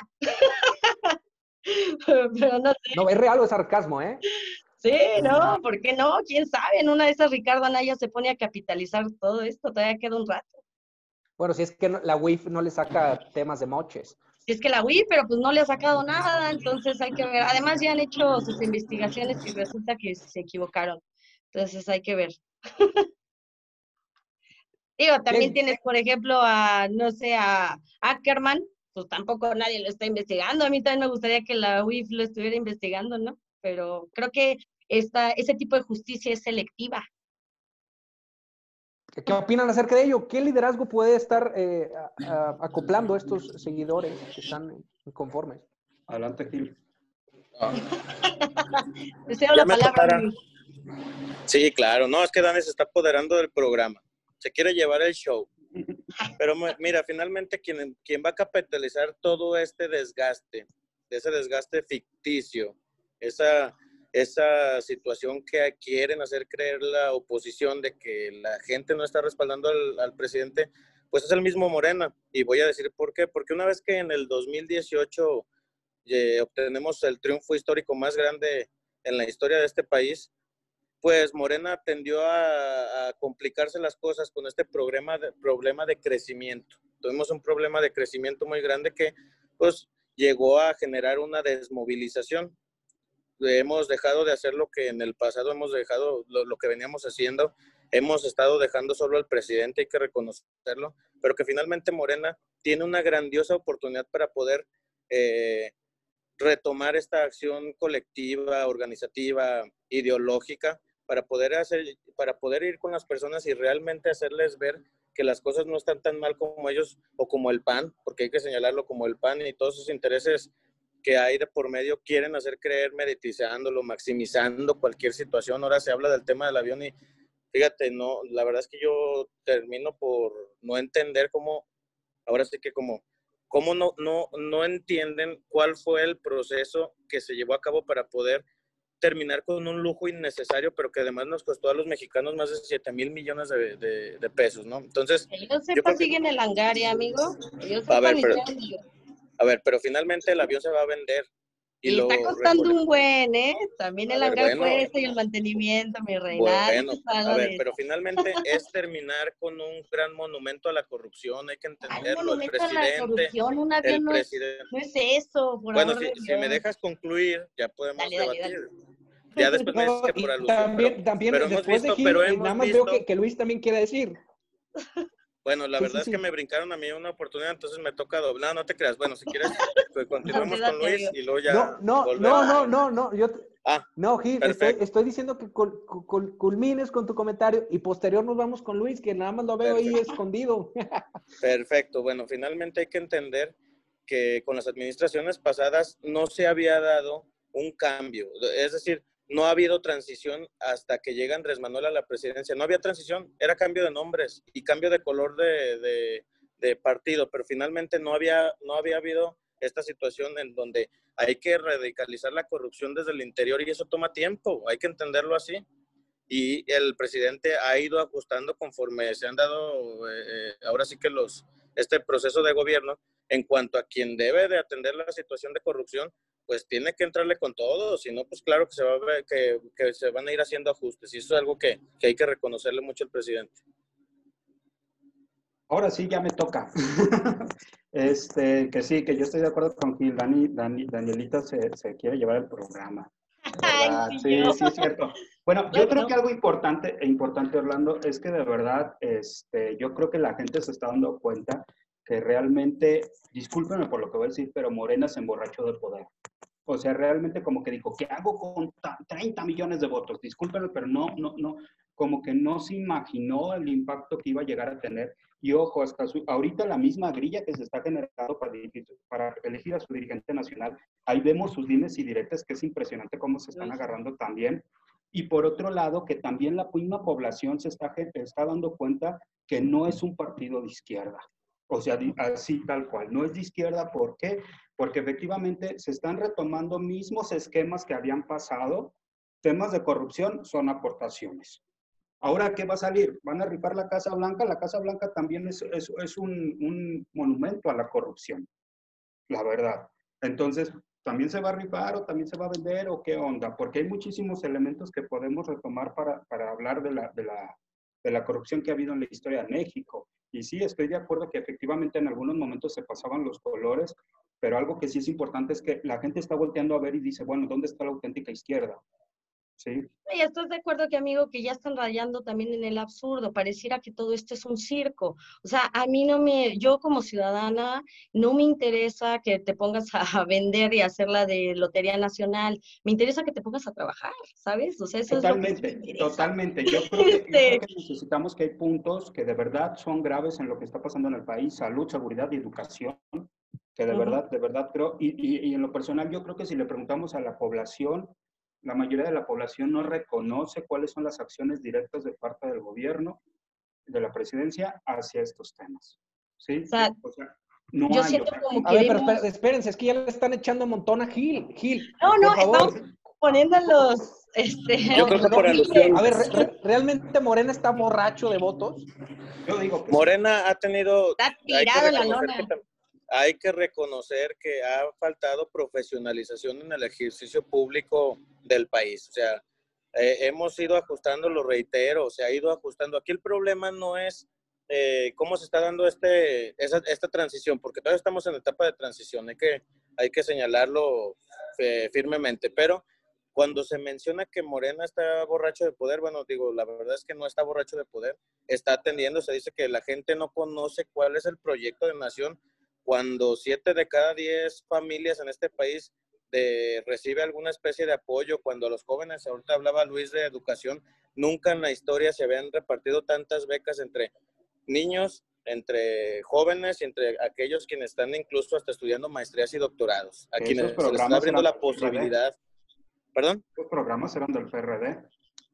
Pero no sé. No, es real o es sarcasmo, ¿eh? Sí, no, ¿por qué no? ¿Quién sabe? En una de esas Ricardo Anaya se pone a capitalizar todo esto, todavía queda un rato. Bueno, si es que no, la U I F no le saca temas de moches. Si es que la U I, pero pues no le ha sacado nada, entonces hay que ver. Además ya han hecho sus investigaciones y resulta que se equivocaron. Entonces hay que ver. Digo, también Bien. tienes, por ejemplo, a, no sé, a Ackerman, pues tampoco nadie lo está investigando. A mí también me gustaría que la U I F lo estuviera investigando, ¿no? Pero creo que esta, ese tipo de justicia es selectiva. ¿Qué opinan acerca de ello? ¿Qué liderazgo puede estar eh, a, a, acoplando a estos seguidores que están inconformes? Adelante, Gil. Ah. Deseo la palabra. Sí, claro. No, es que Dani se está apoderando del programa. Se quiere llevar el show. Pero mira, finalmente quien, quien va a capitalizar todo este desgaste, ese desgaste ficticio, esa, esa situación que quieren hacer creer la oposición de que la gente no está respaldando al, al presidente, pues es el mismo Morena. Y voy a decir por qué. Porque una vez que en el dos mil dieciocho eh, obtenemos el triunfo histórico más grande en la historia de este país, pues Morena tendió a, a complicarse las cosas con este problema de, problema de crecimiento. Tuvimos un problema de crecimiento muy grande que pues llegó a generar una desmovilización. Hemos dejado de hacer lo que en el pasado hemos dejado, lo, lo que veníamos haciendo. Hemos estado dejando solo al presidente, hay que reconocerlo, pero que finalmente Morena tiene una grandiosa oportunidad para poder eh, retomar esta acción colectiva, organizativa, ideológica, para poder hacer, para poder ir con las personas y realmente hacerles ver que las cosas no están tan mal como ellos o como el P A N, porque hay que señalarlo como el P A N y todos sus intereses que hay de por medio quieren hacer creer, meditizándolo, maximizando cualquier situación. Ahora se habla del tema del avión y fíjate, no, la verdad es que yo termino por no entender cómo, ahora sí que como ¿Cómo no, no, no entienden cuál fue el proceso que se llevó a cabo para poder terminar con un lujo innecesario, pero que además nos costó a los mexicanos más de siete mil millones de, de, de pesos, ¿no? Entonces, que yo sepa, yo sigue que... en el hangar, ¿eh, amigo? Que yo sepa, a ver, pero, a ver, pero finalmente el avión se va a vender. Y, y lo está costando recolecta. Un buen, ¿eh? También el a hangar ver, bueno, cuesta y el mantenimiento, mi reina. Bueno, a ver, pero finalmente es terminar con un gran monumento a la corrupción, hay que entenderlo. Ay, el presidente, a la corrupción, un avión no, presidente, es, no es eso. Por bueno, amor si, de si me dejas concluir, ya podemos dale, debatir. dale, dale. Ya después me dices que por alusión, también, pero, también pero después hemos visto, de Gil, pero eh, hemos nada más visto, veo que, que Luis también quiere decir. Bueno, la sí, verdad sí, es que sí. me brincaron a mí una oportunidad, entonces me toca doblar. No, no te creas. Bueno, si quieres, pues continuamos con Luis y luego ya. No, no, volvemos. no, no, no, no. Yo te... Ah, no, Gil, estoy, estoy diciendo que cul, cul, culmines con tu comentario y posterior nos vamos con Luis, que nada más lo veo perfecto. Ahí escondido. Perfecto. Bueno, finalmente hay que entender que con las administraciones pasadas no se había dado un cambio. Es decir, no ha habido transición hasta que llega Andrés Manuel a la presidencia. No había transición, era cambio de nombres y cambio de color de, de, de partido, pero finalmente no había, no había habido esta situación en donde hay que radicalizar la corrupción desde el interior y eso toma tiempo, hay que entenderlo así. Y el presidente ha ido ajustando conforme se han dado, eh, ahora sí que los, este proceso de gobierno, en cuanto a quien debe de atender la situación de corrupción, pues tiene que entrarle con todo, si no, pues claro que se, va a ver, que, que se van a ir haciendo ajustes, y eso es algo que, que hay que reconocerle mucho al presidente. Ahora sí, ya me toca. Este, que sí, que yo estoy de acuerdo con Gil. Dani, Dani, Danielita se, se quiere llevar el programa, Ay, ¿verdad? sí, Sí, yo. sí, es cierto. Bueno, yo creo Bueno, que algo importante, e importante, Orlando, es que de verdad, este, yo creo que la gente se está dando cuenta que realmente, discúlpenme por lo que voy a decir, pero Morena se emborrachó de poder. O sea, realmente como que dijo, ¿qué hago con treinta millones de votos? Discúlpenme, pero no, no, no, como que no se imaginó el impacto que iba a llegar a tener. Y ojo, hasta su, ahorita la misma grilla que se está generando para, dirigir, para elegir a su dirigente nacional, ahí vemos sus dimes y directas, que es impresionante cómo se están agarrando también. Y por otro lado, que también la misma población se está, está dando cuenta que no es un partido de izquierda. O sea, así tal cual. No es de izquierda, ¿por qué? Porque efectivamente se están retomando mismos esquemas que habían pasado. Temas de corrupción son aportaciones. Ahora, ¿qué va a salir? ¿Van a rifar la Casa Blanca? La Casa Blanca también es, es, es un, un monumento a la corrupción, la verdad. Entonces, ¿también se va a rifar o también se va a vender o qué onda? Porque hay muchísimos elementos que podemos retomar para, para hablar de la, de, la, de la corrupción que ha habido en la historia de México. Y sí, estoy de acuerdo que efectivamente en algunos momentos se pasaban los colores, pero algo que sí es importante es que la gente está volteando a ver y dice, bueno, ¿dónde está la auténtica izquierda? ¿Sí? y estás de acuerdo que, amigo, que ya están rayando también en el absurdo, pareciera que todo esto es un circo. O sea, a mí no me, yo como ciudadana, no me interesa que te pongas a vender y hacer la de Lotería Nacional, me interesa que te pongas a trabajar, ¿sabes? O sea, eso es lo que sí me Totalmente, interesa. totalmente. Yo creo que, yo creo Este, que necesitamos que hay puntos que de verdad son graves en lo que está pasando en el país, salud, seguridad y educación, que de ujú. verdad, de verdad creo, y, y, y en lo personal yo creo que si le preguntamos a la población, la mayoría de la población no reconoce cuáles son las acciones directas de parte del gobierno, de la presidencia, hacia estos temas. O ¿Sí? sea, O sea, no yo hay, o siento sea, como A que ver, pero vemos, espé- espérense, es que ya le están echando un montón a Gil. Gil, no, por no, estamos favor. poniendo los, este, Yo No, creo que no, por a ver, alusiones. re- re- ¿realmente Morena está borracho de votos? yo digo que sí. Morena ha tenido, está hay que tirado en la reconocer que lona. hay que reconocer que ha faltado profesionalización en el ejercicio público del país. O sea, eh, hemos ido ajustando, lo reitero, se ha ido ajustando. Aquí el problema no es eh, cómo se está dando este, esa, esta transición, porque todavía estamos en la etapa de transición, hay que, hay que señalarlo eh, firmemente, pero cuando se menciona que Morena está borracho de poder, bueno, digo, la verdad es que no está borracho de poder, está atendiendo, se dice que la gente no conoce cuál es el proyecto de nación, cuando siete de cada diez familias en este país de, recibe alguna especie de apoyo, cuando a los jóvenes, ahorita hablaba Luis de educación, nunca en la historia se habían repartido tantas becas entre niños, entre jóvenes y entre aquellos quienes están incluso hasta estudiando maestrías y doctorados, a Que esos quienes se les está programas abriendo eran la del P R D. posibilidad. ¿Perdón? Esos programas eran del P R D.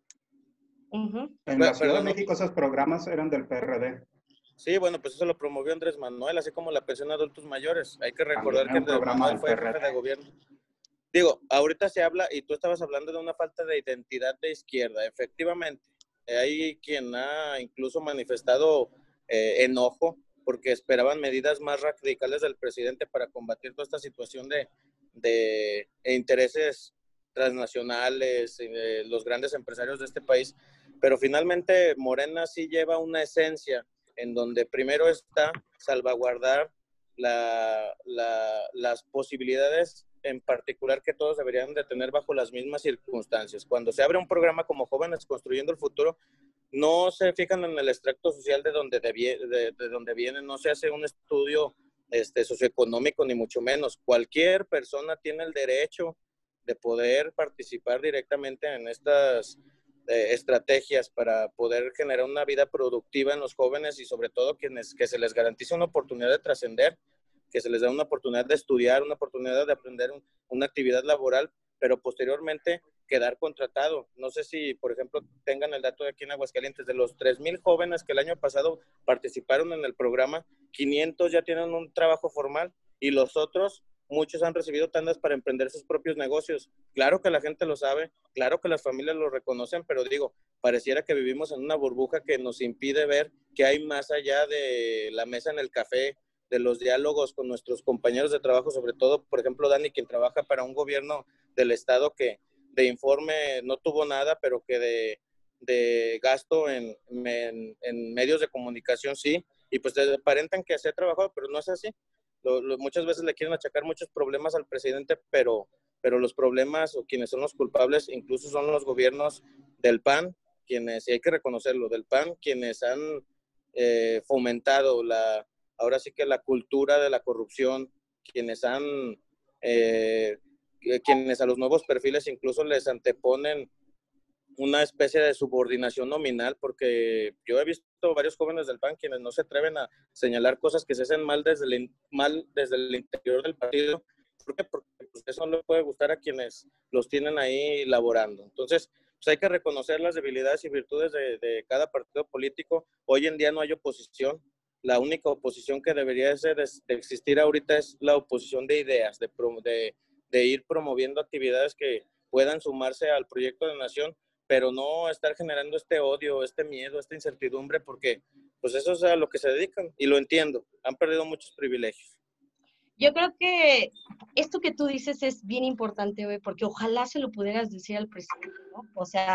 Uh-huh. En la Ciudad de Perdón, no. México esos programas eran del P R D. Sí, bueno, pues eso lo promovió Andrés Manuel, así como la pensión de adultos mayores. Hay que También recordar era que un Andrés programa Manuel del fue P R D. jefe de gobierno. Digo, ahorita se habla, y tú estabas hablando de una falta de identidad de izquierda. Efectivamente, hay quien ha incluso manifestado eh, enojo porque esperaban medidas más radicales del presidente para combatir toda esta situación de, de intereses transnacionales, eh, los grandes empresarios de este país. Pero finalmente Morena sí lleva una esencia en donde primero está salvaguardar la, la, las posibilidades en particular que todos deberían de tener bajo las mismas circunstancias. Cuando se abre un programa como Jóvenes Construyendo el Futuro, no se fijan en el extracto social de donde, de, de, de donde vienen, no se hace un estudio este, socioeconómico, ni mucho menos. Cualquier persona tiene el derecho de poder participar directamente en estas eh, estrategias para poder generar una vida productiva en los jóvenes y sobre todo quienes, que se les garantice una oportunidad de trascender, que se les da una oportunidad de estudiar, una oportunidad de aprender un, una actividad laboral, pero posteriormente quedar contratado. No sé si, por ejemplo, tengan el dato de aquí en Aguascalientes, de los tres mil jóvenes que el año pasado participaron en el programa, quinientos ya tienen un trabajo formal y los otros, muchos han recibido tandas para emprender sus propios negocios. Claro que la gente lo sabe, claro que las familias lo reconocen, pero digo, pareciera que vivimos en una burbuja que nos impide ver que hay más allá de la mesa en el café, de los diálogos con nuestros compañeros de trabajo, sobre todo, por ejemplo, Dani, quien trabaja para un gobierno del estado que de informe no tuvo nada, pero que de, de gasto en, en, en medios de comunicación sí, y pues aparentan que se ha trabajado, pero no es así. Lo, lo, muchas veces le quieren achacar muchos problemas al presidente, pero, pero los problemas o quienes son los culpables incluso son los gobiernos del P A N, quienes, y hay que reconocerlo, del P A N, quienes han eh, fomentado la, ahora sí que la cultura de la corrupción, quienes han, eh, quienes a los nuevos perfiles incluso les anteponen una especie de subordinación nominal, porque yo he visto varios jóvenes del P A N quienes no se atreven a señalar cosas que se hacen mal desde el, mal desde el interior del partido. ¿Por qué? Porque pues, eso no le puede gustar a quienes los tienen ahí laborando. Entonces, pues hay que reconocer las debilidades y virtudes de, de cada partido político. Hoy en día no hay oposición. La única oposición que debería de, de existir ahorita es la oposición de ideas, de, de, de ir promoviendo actividades que puedan sumarse al proyecto de nación, pero no estar generando este odio, este miedo, esta incertidumbre, porque pues eso es a lo que se dedican, y lo entiendo, han perdido muchos privilegios. Yo creo que esto que tú dices es bien importante, güey, porque ojalá se lo pudieras decir al presidente, ¿no? O sea,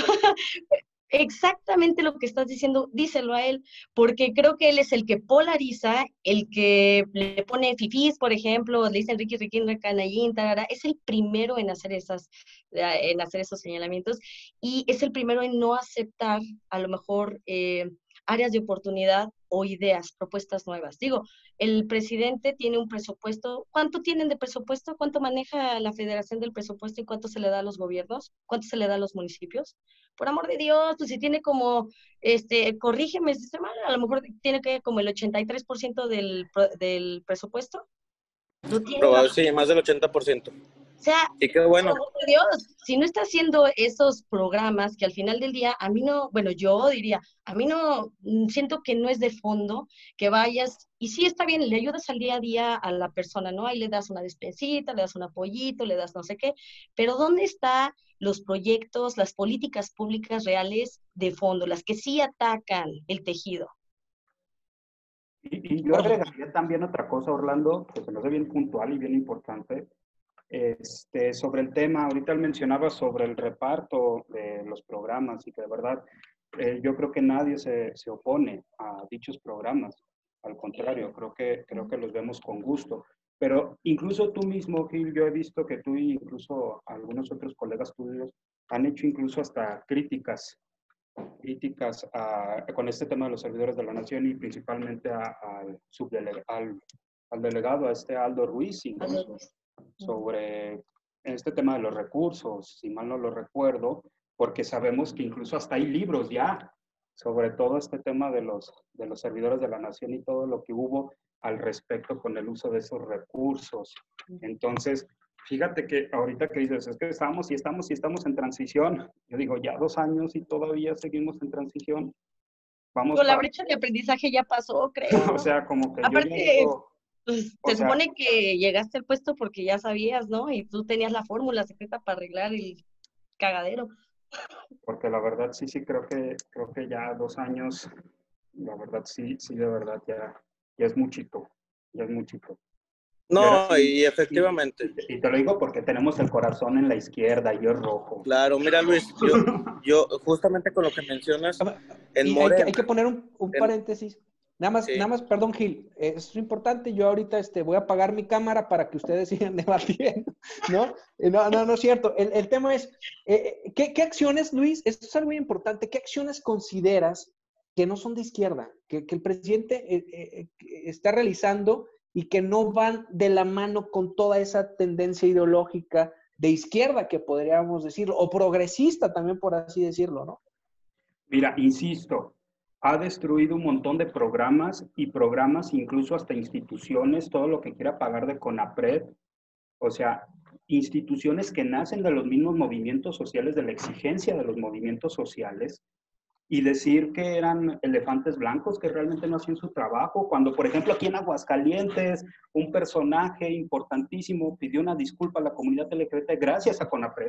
exactamente lo que estás diciendo, díselo a él, porque creo que él es el que polariza, el que le pone fifís, por ejemplo, le dicen Ricky, Ricky, Canallín, tarara, es el primero en hacer esas, en hacer esos señalamientos, y es el primero en no aceptar, a lo mejor, eh, áreas de oportunidad o ideas, propuestas nuevas. Digo, el presidente tiene un presupuesto. ¿Cuánto tienen de presupuesto? ¿Cuánto maneja la federación del presupuesto y cuánto se le da a los gobiernos? ¿Cuánto se le da a los municipios? Por amor de Dios, pues si tiene como, este, corrígeme si estoy mal, a lo mejor tiene que como el ochenta y tres por ciento del, del presupuesto. No tiene la... Sí, más del ochenta por ciento. O sea, y qué bueno. Por amor de Dios, si no está haciendo esos programas que al final del día, a mí no, bueno, yo diría, a mí no, siento que no es de fondo que vayas, y sí está bien, le ayudas al día a día a la persona, ¿no? Ahí le das una despensita, le das un apoyito, le das no sé qué, pero ¿dónde están los proyectos, las políticas públicas reales de fondo, las que sí atacan el tejido? Y, y yo agregaría también otra cosa, Orlando, que se me hace bien puntual y bien importante. Este, sobre el tema, ahorita él mencionaba sobre el reparto de los programas y que de verdad eh, yo creo que nadie se, se opone a dichos programas. Al contrario, creo que, creo que los vemos con gusto. Pero incluso tú mismo, Gil, yo he visto que tú y incluso algunos otros colegas tuyos han hecho incluso hasta críticas, críticas a, con este tema de los servidores de la nación y principalmente a, a al, al, al delegado, a este Aldo Ruiz, incluso. Sobre este tema de los recursos, si mal no lo recuerdo, porque sabemos que incluso hasta hay libros ya sobre todo este tema de los, de los servidores de la nación y todo lo que hubo al respecto con el uso de esos recursos. Entonces, fíjate que ahorita que dices, es que estamos y estamos y estamos en transición. Yo digo, ya dos años y todavía seguimos en transición. Vamos Pero la brecha de aprendizaje ya pasó, creo. O sea, como que aparte, yo digo, pues, se sea, supone que llegaste al puesto porque ya sabías, ¿no? Y tú tenías la fórmula secreta para arreglar el cagadero. Porque la verdad sí, sí, creo que, creo que ya dos años, la verdad sí, sí, de verdad ya, ya es muchito, ya es muchito. No, y, sí, y efectivamente. Y, y te lo digo porque tenemos el corazón en la izquierda y yo rojo. Claro, mira Luis, yo, yo justamente con lo que mencionas, en y Morena, hay, que, hay que poner un, un en, paréntesis. Nada más, sí. nada más, perdón Gil, eh, es importante, yo ahorita este, voy a apagar mi cámara para que ustedes sigan debatiendo, ¿no? No, no, no es cierto. El, el tema es, eh, ¿qué, ¿qué acciones, Luis? Esto es algo muy importante, ¿qué acciones consideras que no son de izquierda, que, que el presidente eh, eh, está realizando y que no van de la mano con toda esa tendencia ideológica de izquierda, que podríamos decirlo, o progresista también, por así decirlo, ¿no? Mira, insisto, ha destruido un montón de programas y programas, incluso hasta instituciones, todo lo que quiera pagar de CONAPRED, o sea, instituciones que nacen de los mismos movimientos sociales, de la exigencia de los movimientos sociales, y decir que eran elefantes blancos que realmente no hacían su trabajo, cuando por ejemplo aquí en Aguascalientes un personaje importantísimo pidió una disculpa a la comunidad L G B T gracias a CONAPRED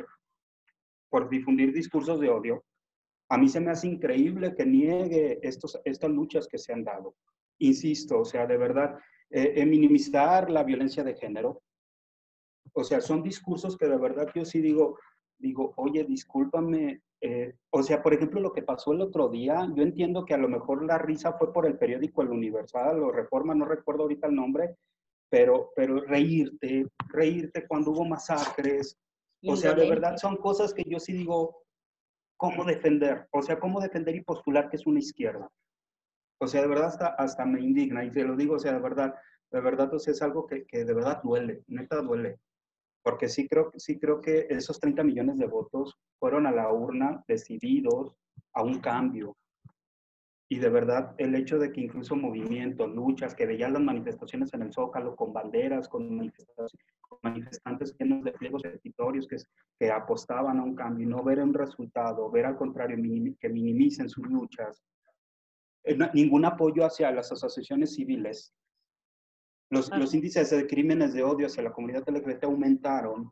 por difundir discursos de odio. A mí se me hace increíble que niegue estos, estas luchas que se han dado. Insisto, o sea, de verdad, eh, eh, minimizar la violencia de género, o sea, son discursos que de verdad yo sí digo, digo, oye, discúlpame, Eh, o sea, por ejemplo, lo que pasó el otro día, yo entiendo que a lo mejor la risa fue por el periódico El Universal o Reforma, no recuerdo ahorita el nombre, pero, pero reírte, reírte cuando hubo masacres, o sea, de verdad son cosas que yo sí digo, ¿cómo defender? O sea, ¿cómo defender y postular que es una izquierda? O sea, de verdad hasta, hasta me indigna, y te lo digo, o sea, de verdad, de verdad, o sea, es algo que, que de verdad duele, neta duele. Porque sí creo, sí creo que esos treinta millones de votos fueron a la urna decididos a un cambio. Y de verdad, el hecho de que incluso movimientos, luchas, que veían las manifestaciones en el Zócalo con banderas, con, con manifestantes llenos de pliegos petitorios que, que apostaban a un cambio y no ver un resultado, ver al contrario minim, que minimicen sus luchas. Eh, no, ningún apoyo hacia las asociaciones civiles. Los, los índices de crímenes de odio hacia la comunidad L G B T aumentaron.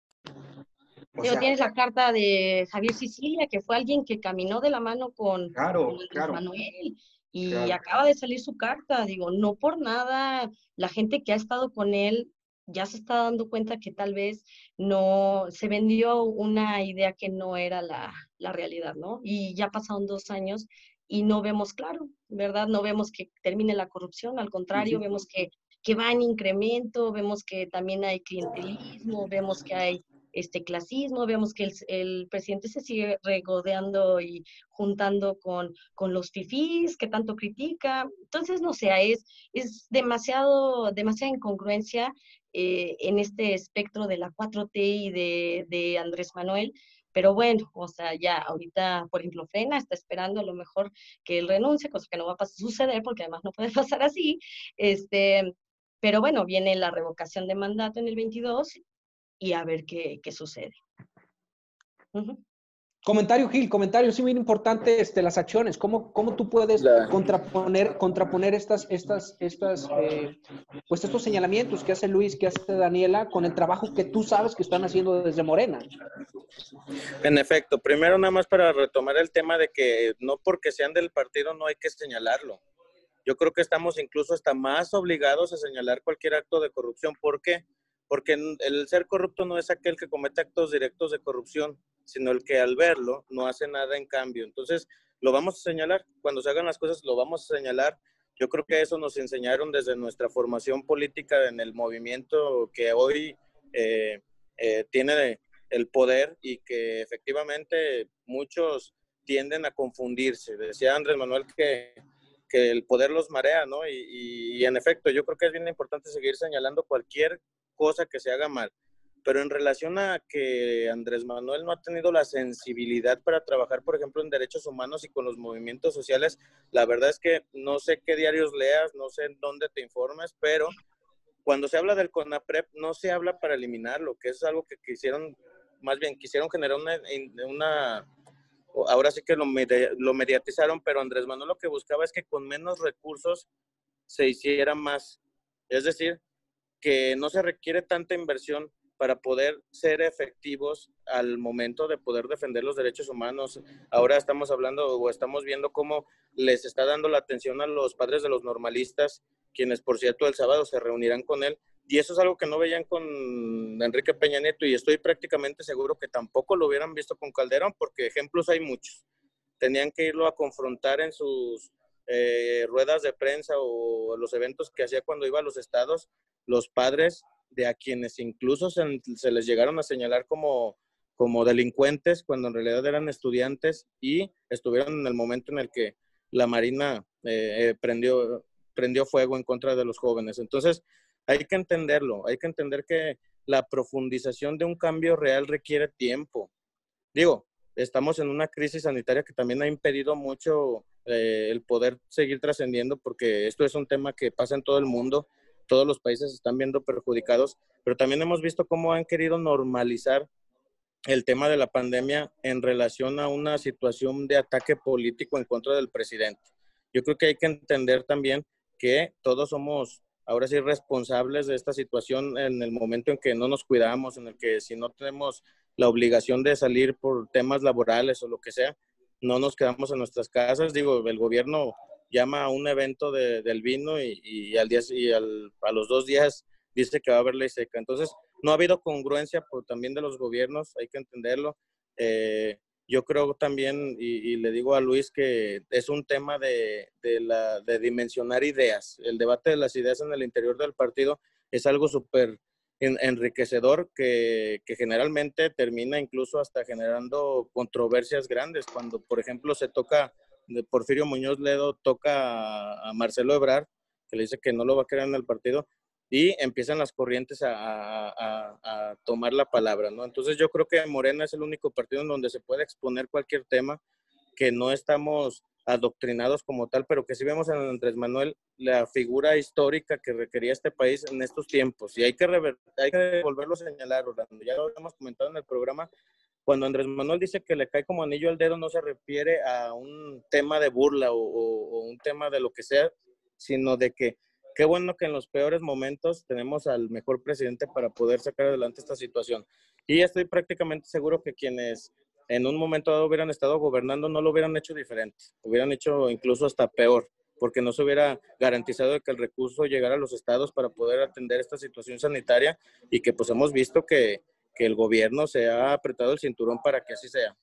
O sea, tienes la carta de Javier Sicilia, que fue alguien que caminó de la mano con, claro, con claro, Manuel, y claro. acaba de salir su carta. Digo, no por nada, la gente que ha estado con él ya se está dando cuenta que tal vez no se vendió una idea que no era la, la realidad, ¿no? Y ya pasaron dos años y no vemos claro, ¿verdad? No vemos que termine la corrupción, al contrario, sí. vemos que, que va en incremento, vemos que también hay clientelismo, vemos que hay este clasismo, vemos que el, el presidente se sigue regodeando y juntando con, con los fifís que tanto critica. Entonces, no sé, es, es demasiado, demasiada incongruencia eh, en este espectro de la cuatro T y de, de Andrés Manuel. Pero bueno, o sea, ya ahorita, por ejemplo, Frena está esperando a lo mejor que él renuncie, cosa que no va a pasar, suceder, porque además no puede pasar así. Este, pero bueno, viene la revocación de mandato en el veintidós y a ver qué, qué sucede. Uh-huh. Comentario, Gil, comentario, sí, muy importante, este, las acciones, ¿cómo, cómo tú puedes la... contraponer, contraponer estas, estas, estas, eh, pues estos señalamientos que hace Luis, que hace Daniela, con el trabajo que tú sabes que están haciendo desde Morena? En efecto, primero nada más para retomar el tema de que no porque sean del partido no hay que señalarlo. Yo creo que estamos incluso hasta más obligados a señalar cualquier acto de corrupción. ¿Por qué? Porque el ser corrupto no es aquel que comete actos directos de corrupción, sino el que al verlo no hace nada en cambio. Entonces, lo vamos a señalar. Cuando se hagan las cosas, lo vamos a señalar. Yo creo que eso nos enseñaron desde nuestra formación política en el movimiento que hoy eh, eh, tiene el poder y que efectivamente muchos tienden a confundirse. Decía Andrés Manuel que que el poder los marea, ¿no? Y, y, y en efecto, yo creo que es bien importante seguir señalando cualquier cosa que se haga mal. Pero en relación a que Andrés Manuel no ha tenido la sensibilidad para trabajar, por ejemplo, en derechos humanos y con los movimientos sociales, la verdad es que no sé qué diarios leas, no sé en dónde te informes, pero cuando se habla del CONAPREP, no se habla para eliminarlo, que es algo que quisieron, más bien quisieron generar una... una ahora sí que lo, media, lo mediatizaron, pero Andrés Manuel lo que buscaba es que con menos recursos se hiciera más. Es decir, que no se requiere tanta inversión para poder ser efectivos al momento de poder defender los derechos humanos. Ahora estamos hablando o estamos viendo cómo les está dando la atención a los padres de los normalistas, quienes por cierto el sábado se reunirán con él. Y eso es algo que no veían con Enrique Peña Nieto y estoy prácticamente seguro que tampoco lo hubieran visto con Calderón, porque ejemplos hay muchos. Tenían que irlo a confrontar en sus eh, ruedas de prensa o los eventos que hacía cuando iba a los estados, los padres de a quienes incluso se, se les llegaron a señalar como, como delincuentes cuando en realidad eran estudiantes y estuvieron en el momento en el que la Marina eh, eh, prendió, prendió fuego en contra de los jóvenes. Entonces, hay que entenderlo, hay que entender que la profundización de un cambio real requiere tiempo. Digo, estamos en una crisis sanitaria que también ha impedido mucho eh, el poder seguir trascendiendo porque esto es un tema que pasa en todo el mundo, todos los países se están viendo perjudicados, pero también hemos visto cómo han querido normalizar el tema de la pandemia en relación a una situación de ataque político en contra del presidente. Yo creo que hay que entender también que todos somos ahora sí responsables de esta situación en el momento en que no nos cuidamos, en el que si no tenemos la obligación de salir por temas laborales o lo que sea, no nos quedamos en nuestras casas. Digo, el gobierno llama a un evento de, del vino y, y, al día, y al, a los dos días dice que va a haber ley seca. Entonces, no ha habido congruencia por, también de los gobiernos, hay que entenderlo. Eh, yo creo también, y, y le digo a Luis que es un tema de, de, la, de dimensionar ideas. El debate de las ideas en el interior del partido es algo súper en, enriquecedor que, que generalmente termina incluso hasta generando controversias grandes. Cuando, por ejemplo, se toca, Porfirio Muñoz Ledo toca a, a Marcelo Ebrard, que le dice que no lo va a querer en el partido, y empiezan las corrientes a, a, a, a tomar la palabra, ¿no? Entonces yo creo que Morena es el único partido en donde se puede exponer cualquier tema, que no estamos adoctrinados como tal, pero que sí vemos en Andrés Manuel la figura histórica que requería este país en estos tiempos. Y hay que, rever, hay que volverlo a señalar, Orlando. Ya lo hemos comentado en el programa. Cuando Andrés Manuel dice que le cae como anillo al dedo, no se refiere a un tema de burla o, o, o un tema de lo que sea, sino de que qué bueno que en los peores momentos tenemos al mejor presidente para poder sacar adelante esta situación. Y estoy prácticamente seguro que quienes en un momento dado hubieran estado gobernando no lo hubieran hecho diferente, hubieran hecho incluso hasta peor, porque no se hubiera garantizado que el recurso llegara a los estados para poder atender esta situación sanitaria, y que pues hemos visto que, que el gobierno se ha apretado el cinturón para que así sea.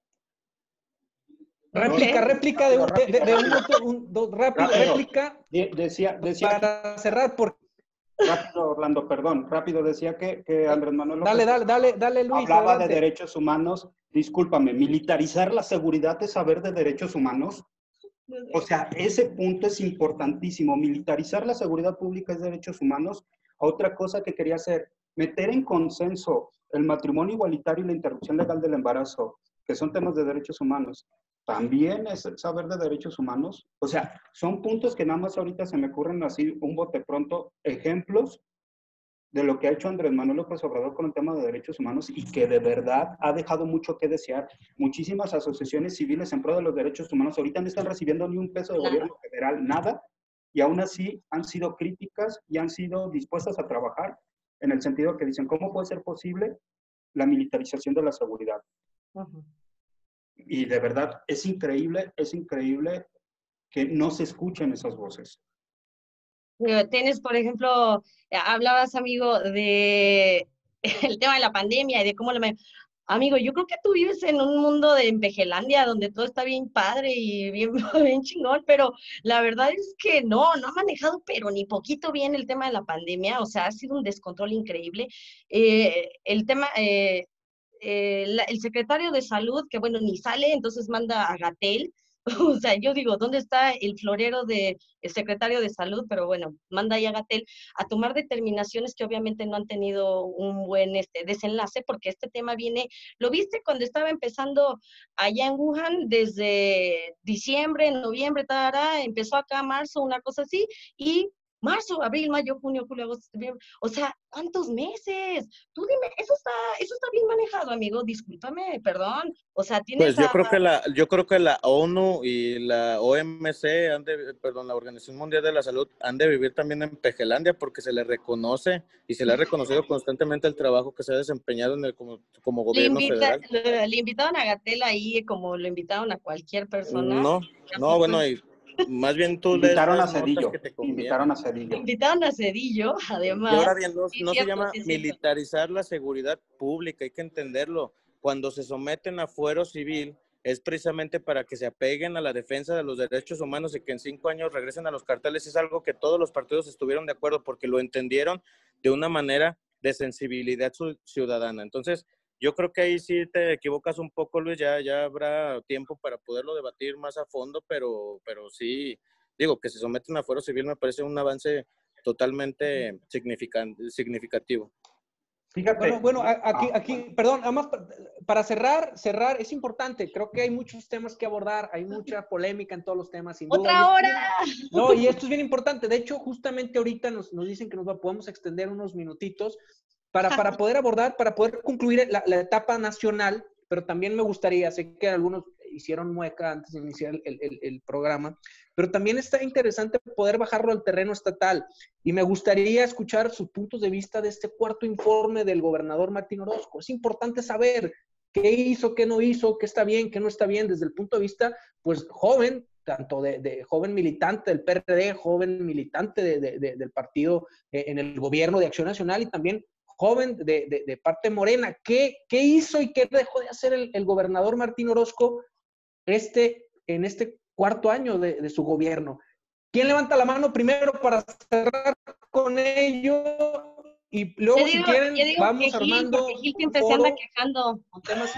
Réplica, réplica de, un, de, de, de un, un, un rápido, rápido, réplica. De, decía, decía para que, cerrar, por rápido, Orlando, perdón, rápido decía que, que Andrés Manuel López dale, dale, dale, dale, Luis, hablaba adelante. de derechos humanos. Discúlpame, militarizar la seguridad es saber de derechos humanos. O sea, ese punto es importantísimo. Militarizar la seguridad pública es derechos humanos. Otra cosa que quería hacer, meter en consenso el matrimonio igualitario y la interrupción legal del embarazo, que son temas de derechos humanos, también es saber de derechos humanos. O sea, son puntos que nada más ahorita se me ocurren así, un bote pronto, ejemplos de lo que ha hecho Andrés Manuel López Obrador con el tema de derechos humanos, y que de verdad ha dejado mucho que desear. Muchísimas asociaciones civiles en pro de los derechos humanos ahorita no están recibiendo ni un peso de gobierno federal, nada, y aún así han sido críticas y han sido dispuestas a trabajar en el sentido que dicen, ¿cómo puede ser posible la militarización de la seguridad? Uh-huh. Y de verdad, es increíble, es increíble que no se escuchen esas voces. Tienes, por ejemplo, hablabas, amigo, de el tema de la pandemia y de cómo lo... Amigo, yo creo que tú vives en un mundo de Empejelandia donde todo está bien padre y bien, bien chingón, pero la verdad es que no, no ha manejado pero ni poquito bien el tema de la pandemia. O sea, ha sido un descontrol increíble. Eh, el tema... Eh, Eh, la, el secretario de salud, que bueno, ni sale, entonces manda a Gatell. O sea, yo digo, ¿dónde está el florero del de, secretario de salud? Pero bueno, manda ahí a Gatell a tomar determinaciones que obviamente no han tenido un buen este, desenlace, porque este tema viene, lo viste cuando estaba empezando allá en Wuhan, desde diciembre, noviembre, tarara, empezó acá marzo, una cosa así, y marzo, abril, mayo, junio, julio, agosto, septiembre. O sea, ¿cuántos meses? Tú dime, eso está, eso está bien manejado, amigo. Discúlpame, perdón. O sea, tienes Pues yo a... creo que la, yo creo que la ONU y la O M C, han de, perdón, la Organización Mundial de la Salud, han de vivir también en Pejelandia, porque se le reconoce y se le ha reconocido constantemente el trabajo que se ha desempeñado en el, como, como gobierno le invita, federal. Le, le invitaron a Gatell ahí como lo invitaron a cualquier persona. No, no, bueno, y más bien tú invitaron lees a Cedillo, que te invitaron a Cedillo. Invitaron a Cedillo, además. Y ahora bien, no, sí, no cierto, se llama sí, militarizar la seguridad pública, hay que entenderlo. Cuando se someten a fuero civil, es precisamente para que se apeguen a la defensa de los derechos humanos y que en cinco años regresen a los carteles. Es algo que todos los partidos estuvieron de acuerdo porque lo entendieron de una manera de sensibilidad ciudadana. Entonces, yo creo que ahí sí te equivocas un poco, Luis, ya, ya habrá tiempo para poderlo debatir más a fondo, pero, pero sí, digo, que se someten a fuero civil me parece un avance totalmente significativo. Fíjate. Bueno, bueno, aquí, aquí, perdón, además para cerrar, cerrar, es importante, creo que hay muchos temas que abordar, hay mucha polémica en todos los temas, sin duda. ¡Otra hora! Bien, no, y esto es bien importante, de hecho, justamente ahorita nos, nos dicen que nos podemos extender unos minutitos para, para poder abordar, para poder concluir la, la etapa nacional, pero también me gustaría, sé que algunos hicieron mueca antes de iniciar el, el, el programa, pero también está interesante poder bajarlo al terreno estatal. Y me gustaría escuchar sus puntos de vista de este cuarto informe del gobernador Martín Orozco. Es importante saber qué hizo, qué no hizo, qué está bien, qué no está bien, desde el punto de vista, pues, joven, tanto de, de joven militante del P R D, joven militante de, de, de, del partido eh, en el gobierno de Acción Nacional y también joven de, de, de parte morena. ¿Qué, ¿Qué hizo y qué dejó de hacer el, el gobernador Martín Orozco este, en este cuarto año de, de su gobierno? ¿Quién levanta la mano primero para cerrar con ello? Y luego, yo digo, si quieren, yo digo vamos que Gil, armando porque Gil un siempre se anda foro quejando. con temas.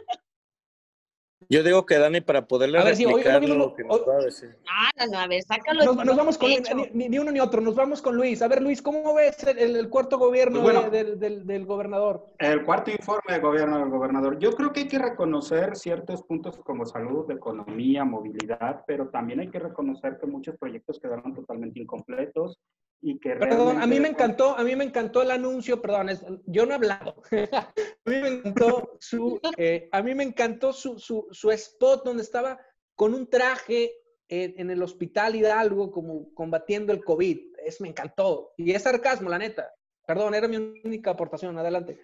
Yo digo que Dani, para poderle A ver, sí, hoy, hoy replicar no lo vimos, que nos hoy, va a decir. Ah, no, no, a ver, sácalo de nos, tu nos bajo vamos con Luis, techo. ni, ni uno ni otro, nos vamos con Luis. A ver, Luis, ¿cómo ves el, el, el cuarto gobierno Pues bueno, de, de, del, del gobernador? el cuarto informe de gobierno del gobernador. Yo creo que hay que reconocer ciertos puntos como salud, economía, movilidad, pero también hay que reconocer que muchos proyectos quedaron totalmente incompletos y que Perdón, a mí me realmente... encantó, a mí me encantó el anuncio, perdón, es, yo no he hablado. A mí me encantó su, eh, a mí me encantó su, su, su spot donde estaba con un traje en, en el hospital Hidalgo como combatiendo el COVID. Es, me encantó. Y es sarcasmo, la neta. Perdón, era mi única aportación. Adelante.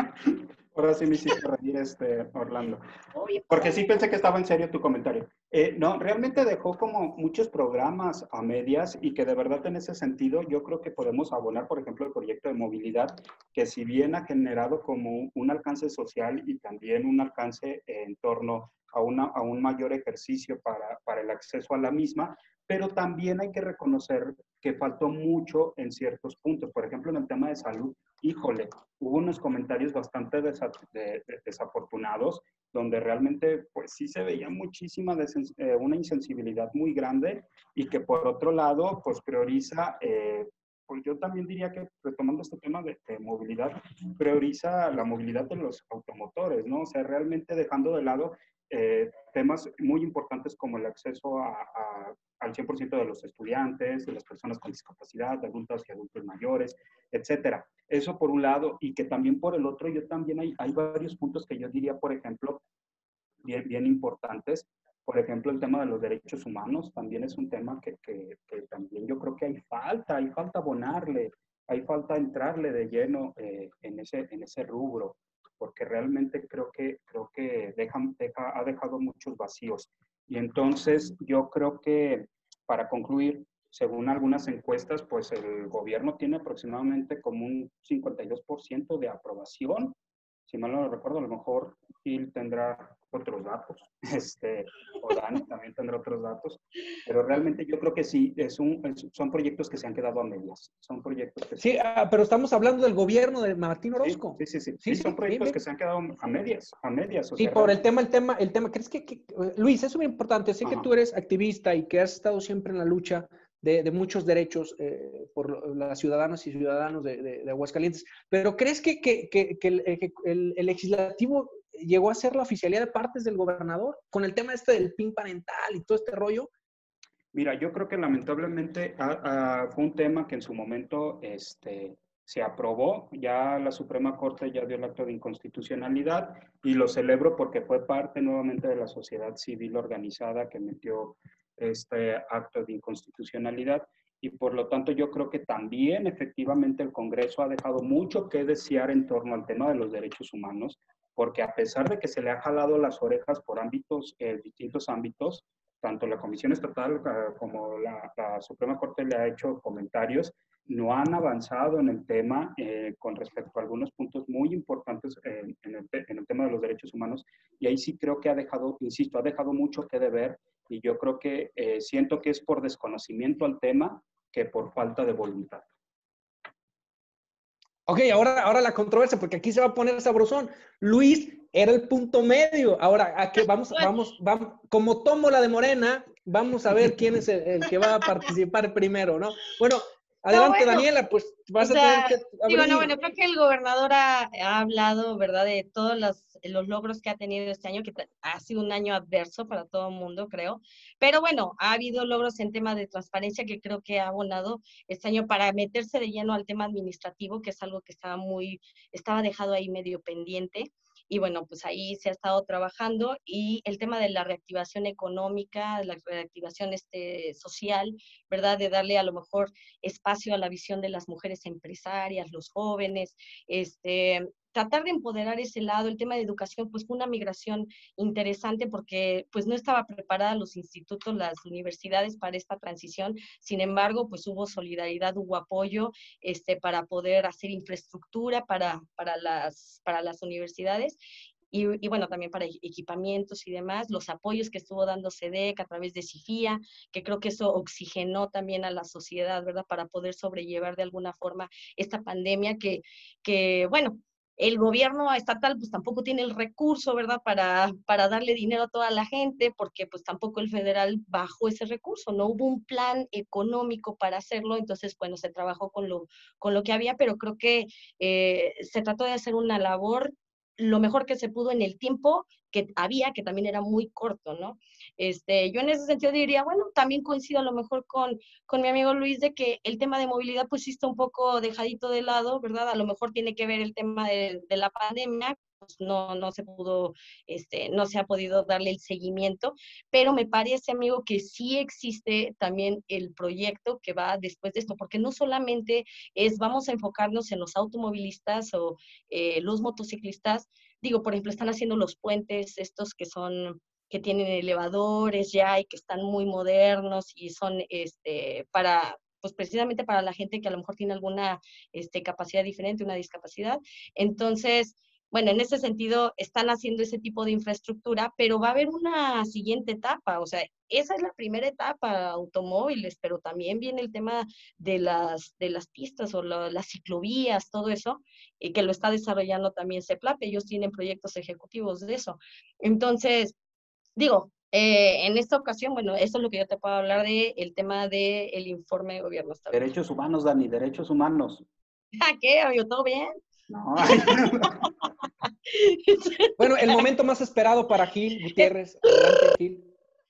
Ahora sí me hiciste reír, este, Orlando. Obvio. Porque sí pensé que estaba en serio tu comentario. Eh, no, realmente dejó como muchos programas a medias y que de verdad en ese sentido yo creo que podemos abonar, por ejemplo, el proyecto de movilidad, que si bien ha generado como un alcance social y también un alcance en torno a, una, a un mayor ejercicio para, para el acceso a la misma, pero también hay que reconocer que faltó mucho en ciertos puntos. Por ejemplo, en el tema de salud, híjole, hubo unos comentarios bastante desa de, de, desafortunados, donde realmente pues sí se veía muchísima eh, una insensibilidad muy grande y que por otro lado pues prioriza, eh, pues yo también diría que retomando este tema de, de movilidad, prioriza la movilidad de los automotores, ¿no? O sea, realmente dejando de lado eh, temas muy importantes como el acceso a, a, al cien por ciento de los estudiantes, de las personas con discapacidad, de adultos y adultos mayores, etcétera. Eso por un lado, y que también por el otro, yo también hay, hay varios puntos que yo diría, por ejemplo, bien, bien importantes. Por ejemplo, el tema de los derechos humanos también es un tema que, que, que también yo creo que hay falta, hay falta abonarle, hay falta entrarle de lleno eh, en, ese, en ese rubro, porque realmente creo que, creo que deja, deja, ha dejado muchos vacíos. Y entonces yo creo que, para concluir, según algunas encuestas, pues el gobierno tiene aproximadamente como un cincuenta y dos por ciento de aprobación. Si mal no lo recuerdo, a lo mejor Gil tendrá otros datos, este, o Dani también tendrá otros datos, pero realmente yo creo que sí, es un, es, son proyectos que se han quedado a medias, son proyectos que Sí, se... ah, pero estamos hablando del gobierno de Martín Sí, Orozco. sí, sí, sí, Sí, sí, son sí, proyectos sí, que se han quedado a medias, a medias, o sí, sea, por el realmente... tema, el tema, el tema. ¿Crees que, que Luis, eso es muy importante? Sé que Ajá. tú eres activista y que has estado siempre en la lucha de, de muchos derechos eh, por las ciudadanas y ciudadanos de, de, de Aguascalientes, pero ¿crees que, que, que, que, el, que el, el legislativo llegó a ser la oficialía de partes del gobernador con el tema este del P I N parental y todo este rollo? Mira, yo creo que lamentablemente ah, ah, fue un tema que en su momento este, se aprobó, ya la Suprema Corte ya dio el acto de inconstitucionalidad y lo celebro porque fue parte nuevamente de la sociedad civil organizada que metió este acto de inconstitucionalidad y por lo tanto yo creo que también efectivamente el Congreso ha dejado mucho que desear en torno al tema de los derechos humanos, porque a pesar de que se le ha jalado las orejas por ámbitos, eh, distintos ámbitos, tanto la Comisión Estatal uh, como la, la Suprema Corte le ha hecho comentarios, no han avanzado en el tema eh, con respecto a algunos puntos muy importantes en, en, el, en el tema de los derechos humanos y ahí sí creo que ha dejado, insisto, ha dejado mucho que deber y yo creo que eh, siento que es por desconocimiento al tema que por falta de voluntad. Ok, ahora, ahora la controversia, porque aquí se va a poner sabrosón. Luis era el punto medio. Ahora, ¿a qué? Vamos, vamos, vamos, como tomo la de Morena, vamos a ver quién es el, el que va a participar primero, ¿no? Bueno, adelante, no, bueno, Daniela, pues vas o sea, a tener que abrir. Digo, no, bueno, creo que el gobernador ha, ha hablado, ¿verdad?, de todos los, los logros que ha tenido este año, que ha sido un año adverso para todo el mundo, creo. Pero bueno, ha habido logros en tema de transparencia que creo que ha abonado este año para meterse de lleno al tema administrativo, que es algo que estaba muy, estaba dejado ahí medio pendiente. Y bueno, pues ahí se ha estado trabajando y el tema de la reactivación económica, la reactivación este, social, ¿verdad? De darle a lo mejor espacio a la visión de las mujeres empresarias, los jóvenes, este, tratar de empoderar ese lado. El tema de educación, pues fue una migración interesante porque pues no estaba preparada los institutos, las universidades para esta transición. Sin embargo, pues hubo solidaridad, hubo apoyo este, para poder hacer infraestructura para, para, las, para las universidades. Y, y, bueno, también para equipamientos y demás, los apoyos que estuvo dando SEDEC a través de CIFIA, que creo que eso oxigenó también a la sociedad, ¿verdad? Para poder sobrellevar de alguna forma esta pandemia que, que bueno, el gobierno estatal pues tampoco tiene el recurso, ¿verdad? Para, para darle dinero a toda la gente, porque pues tampoco el federal bajó ese recurso, no hubo un plan económico para hacerlo, entonces bueno, se trabajó con lo, con lo que había, pero creo que eh, se trató de hacer una labor lo mejor que se pudo en el tiempo que había, que también era muy corto, ¿no? Este, yo en ese sentido diría, bueno, también coincido a lo mejor con, con mi amigo Luis de que el tema de movilidad pues sí está un poco dejadito de lado, ¿verdad? A lo mejor tiene que ver el tema de, de la pandemia, pues no, no se pudo, este, no se ha podido darle el seguimiento, pero me parece, amigo, que sí existe también el proyecto que va después de esto, porque no solamente es vamos a enfocarnos en los automovilistas o eh, los motociclistas, digo, por ejemplo, están haciendo los puentes estos que son, que tienen elevadores ya y que están muy modernos y son este, para, pues precisamente para la gente que a lo mejor tiene alguna este, capacidad diferente, una discapacidad. Entonces, bueno, en ese sentido están haciendo ese tipo de infraestructura, pero va a haber una siguiente etapa, o sea, esa es la primera etapa, automóviles, pero también viene el tema de las, de las pistas o la, las ciclovías, todo eso, y que lo está desarrollando también CEPLAP, ellos tienen proyectos ejecutivos de eso. Entonces, digo, eh, en esta ocasión, bueno, esto es lo que yo te puedo hablar de el tema del informe de gobierno establecido. Derechos humanos, Dani, derechos humanos. ¿A qué? ¿Amigo? ¿Todo bien? No. Bueno, el momento más esperado para Gil Gutiérrez. Adelante, Gil.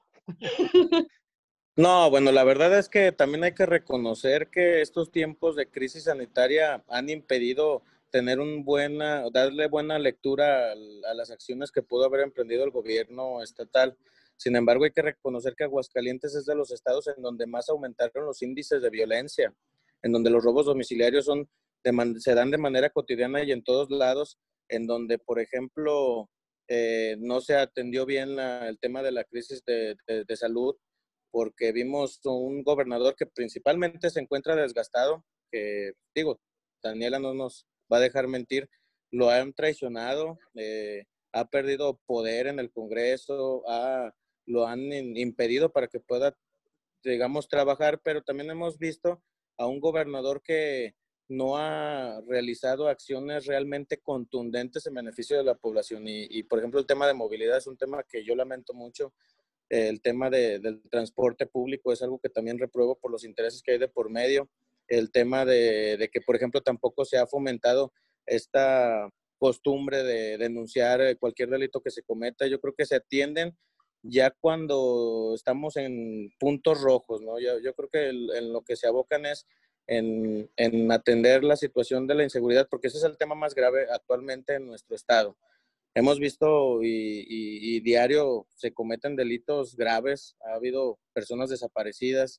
No, bueno, la verdad es que también hay que reconocer que estos tiempos de crisis sanitaria han impedido tener un buena, darle buena lectura a, a las acciones que pudo haber emprendido el gobierno estatal. Sin embargo, hay que reconocer que Aguascalientes es de los estados en donde más aumentaron los índices de violencia, en donde los robos domiciliarios son de man, se dan de manera cotidiana y en todos lados, en donde, por ejemplo, eh, no se atendió bien la, el tema de la crisis de, de, de salud, porque vimos un gobernador que principalmente se encuentra desgastado, que digo, Daniela no nos va a dejar mentir, lo han traicionado, eh, ha perdido poder en el Congreso, ha, lo han impedido para que pueda, digamos, trabajar, pero también hemos visto a un gobernador que no ha realizado acciones realmente contundentes en beneficio de la población. Y, y por ejemplo, el tema de movilidad es un tema que yo lamento mucho. El tema de, del transporte público es algo que también repruebo por los intereses que hay de por medio. El tema de, de que, por ejemplo, tampoco se ha fomentado esta costumbre de denunciar cualquier delito que se cometa. Yo creo que se atienden ya cuando estamos en puntos rojos, ¿no? Yo, yo creo que el, en lo que se abocan es en, en atender la situación de la inseguridad, porque ese es el tema más grave actualmente en nuestro estado. Hemos visto y, y, y diario se cometen delitos graves, ha habido personas desaparecidas,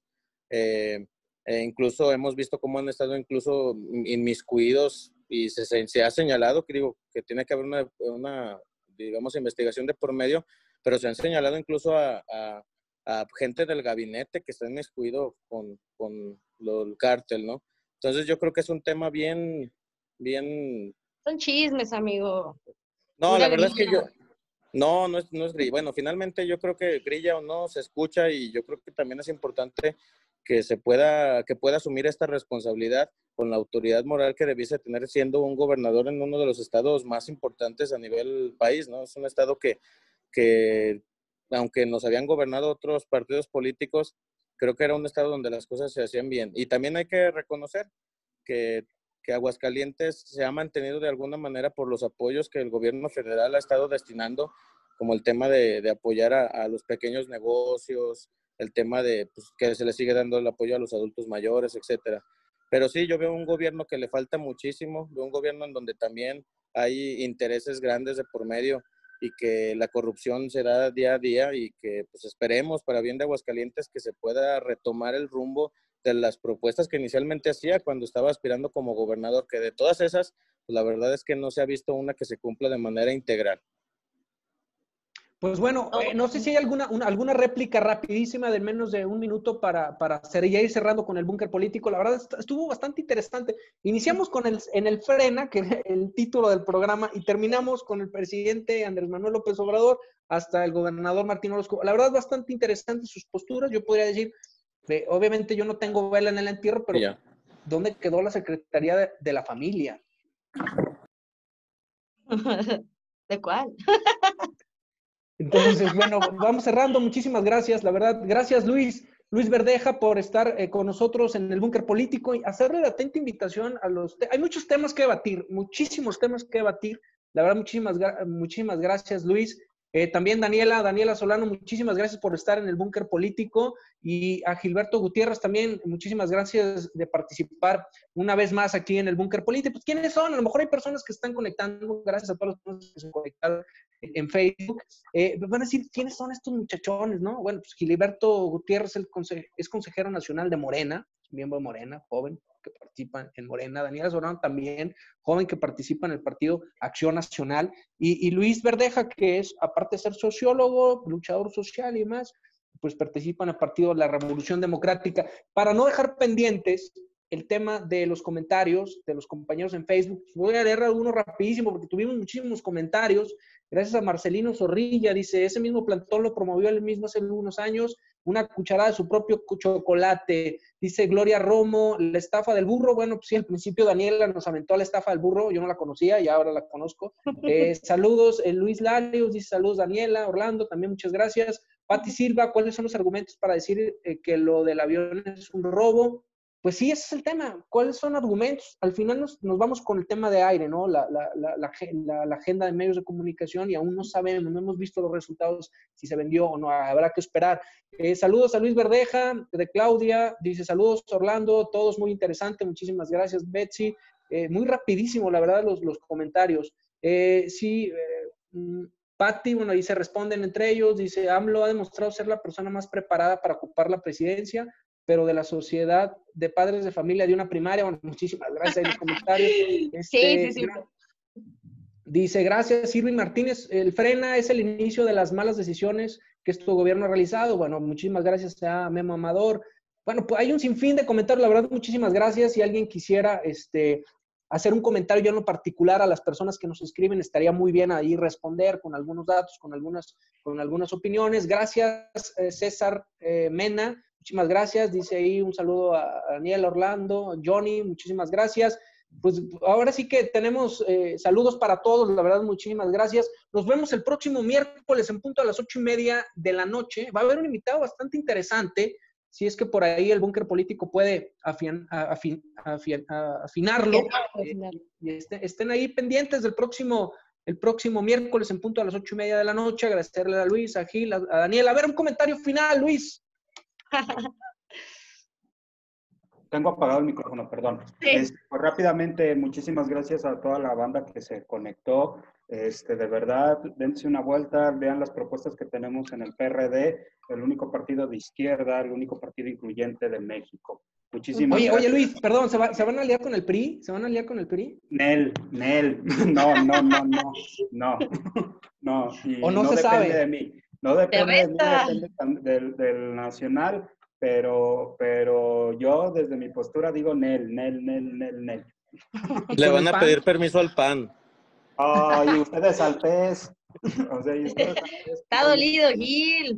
eh, e incluso hemos visto cómo han estado incluso inmiscuidos y se, se ha señalado que, digo, que tiene que haber una, una, digamos, investigación de por medio, pero se han señalado incluso a, a, a gente del gabinete que está inmiscuido con, con lo, el cártel, ¿no? Entonces yo creo que es un tema bien, bien... Son chismes, amigo. No, la verdad es que yo, no, no es, no es grilla. Bueno, finalmente yo creo que grilla o no se escucha y yo creo que también es importante que se pueda, que pueda asumir esta responsabilidad con la autoridad moral que debiese tener siendo un gobernador en uno de los estados más importantes a nivel país, ¿no? Es un estado que, que aunque nos habían gobernado otros partidos políticos, creo que era un estado donde las cosas se hacían bien. Y también hay que reconocer que que Aguascalientes se ha mantenido de alguna manera por los apoyos que el gobierno federal ha estado destinando, como el tema de, de apoyar a, a los pequeños negocios, el tema de pues, que se le sigue dando el apoyo a los adultos mayores, etcétera. Pero sí, yo veo un gobierno que le falta muchísimo, veo un gobierno en donde también hay intereses grandes de por medio y que la corrupción se da día a día y que pues esperemos para bien de Aguascalientes que se pueda retomar el rumbo de las propuestas que inicialmente hacía cuando estaba aspirando como gobernador, que de todas esas pues la verdad es que no se ha visto una que se cumpla de manera integral. Pues bueno, eh, no sé si hay alguna, una, alguna réplica rapidísima de menos de un minuto para, para hacer, ya ir cerrando con el búnker político. La verdad estuvo bastante interesante. Iniciamos con el, en el Frena, que es el título del programa, y terminamos con el presidente Andrés Manuel López Obrador hasta el gobernador Martín Orozco. La verdad, bastante interesante sus posturas. Yo podría decir, que obviamente yo no tengo vela en el entierro, pero Ya. ¿dónde quedó la Secretaría de, de la Familia? ¿De cuál? Entonces, bueno, vamos cerrando. Muchísimas gracias, la verdad. Gracias, Luis. Luis Verdeja, por estar eh, con nosotros en el Búnker Político y hacerle la atenta invitación a los... Hay muchos temas que debatir, muchísimos temas que debatir. La verdad, muchísimas, muchísimas gracias, Luis. Eh, también Daniela, Daniela Solano, muchísimas gracias por estar en el Búnker Político. Y a Gilberto Gutiérrez también, muchísimas gracias de participar una vez más aquí en el Búnker Político. Pues, ¿quiénes son? A lo mejor hay personas que están conectando, gracias a todas las personas que se conectaron en Facebook. Eh, van a decir, ¿quiénes son estos muchachones, no? Bueno, pues Gilberto Gutiérrez el conse es consejero nacional de Morena, miembro de Morena, joven que participa en Morena. Daniela Solano también, joven que participa en el partido Acción Nacional. Y, y Luis Verdeja, que es, aparte de ser sociólogo, luchador social y demás, pues participa en el partido de la Revolución Democrática. Para no dejar pendientes el tema de los comentarios de los compañeros en Facebook, voy a leer algunos rapidísimo porque tuvimos muchísimos comentarios. Gracias a Marcelino Zorrilla, dice, ese mismo plantón lo promovió él mismo hace unos años, una cucharada de su propio chocolate. Dice Gloria Romo, la estafa del burro. Bueno, pues sí, al principio Daniela nos aventó a la estafa del burro, yo no la conocía y ahora la conozco. Eh, saludos, eh, Luis Larios, dice saludos Daniela, Orlando, también muchas gracias. Pati Silva, ¿cuáles son los argumentos para decir eh, que lo del avión es un robo? Pues sí, ese es el tema. ¿Cuáles son argumentos? Al final nos, nos vamos con el tema de aire, ¿no? La, la, la, la, la, la agenda de medios de comunicación y aún no sabemos, no hemos visto los resultados, si se vendió o no, habrá que esperar. Eh, saludos a Luis Verdeja, de Claudia, dice saludos Orlando, todos muy interesante, muchísimas gracias Betsy. Eh, muy rapidísimo, la verdad, los, los comentarios. Eh, sí, eh, Patti, bueno, ahí se responden entre ellos, dice, AMLO ha demostrado ser la persona más preparada para ocupar la presidencia, pero de la sociedad de padres de familia de una primaria. Bueno, muchísimas gracias en los comentarios. Este, sí, sí, sí. Dice, gracias, Irving Martínez. El Frena es el inicio de las malas decisiones que este gobierno ha realizado. Bueno, muchísimas gracias a Memo Amador. Bueno, pues hay un sinfín de comentarios. La verdad, muchísimas gracias. Si alguien quisiera este, hacer un comentario yo en lo particular a las personas que nos escriben, estaría muy bien ahí responder con algunos datos, con algunas, con algunas opiniones. Gracias, eh, César eh, Mena. Muchísimas gracias. Dice ahí un saludo a Daniel, Orlando, Johnny, muchísimas gracias. Pues ahora sí que tenemos eh, saludos para todos, la verdad, muchísimas gracias. Nos vemos el próximo miércoles en punto a las ocho y media de la noche. Va a haber un invitado bastante interesante, si es que por ahí el Búnker Político puede afin, afin, afin, afinarlo. Eh, y estén, estén ahí pendientes del próximo, el próximo miércoles en punto a las ocho y media de la noche. Agradecerle a Luis, a Gil, a, a Daniel. A ver, un comentario final, Luis. Tengo apagado el micrófono, perdón. Sí. Este, pues, rápidamente, muchísimas gracias a toda la banda que se conectó. Este, de verdad, dense una vuelta, vean las propuestas que tenemos en el P R D, el único partido de izquierda, el único partido incluyente de México. Muchísimas oye, gracias. Oye, Luis, perdón, ¿se, va, ¿se van a aliar con el P R I? ¿Se van a aliar con el P R I? Nel, Nel. No, no, no, no, no. No, y ¿O no, no se depende sabe? de mí. No depende de mí, depende del, del nacional, pero, pero yo desde mi postura digo Nel, Nel, Nel, Nel, Nel. Le van a pedir permiso al P A N. Ay, oh, ustedes al pez. O sea, y ustedes al pez. Está dolido, Gil.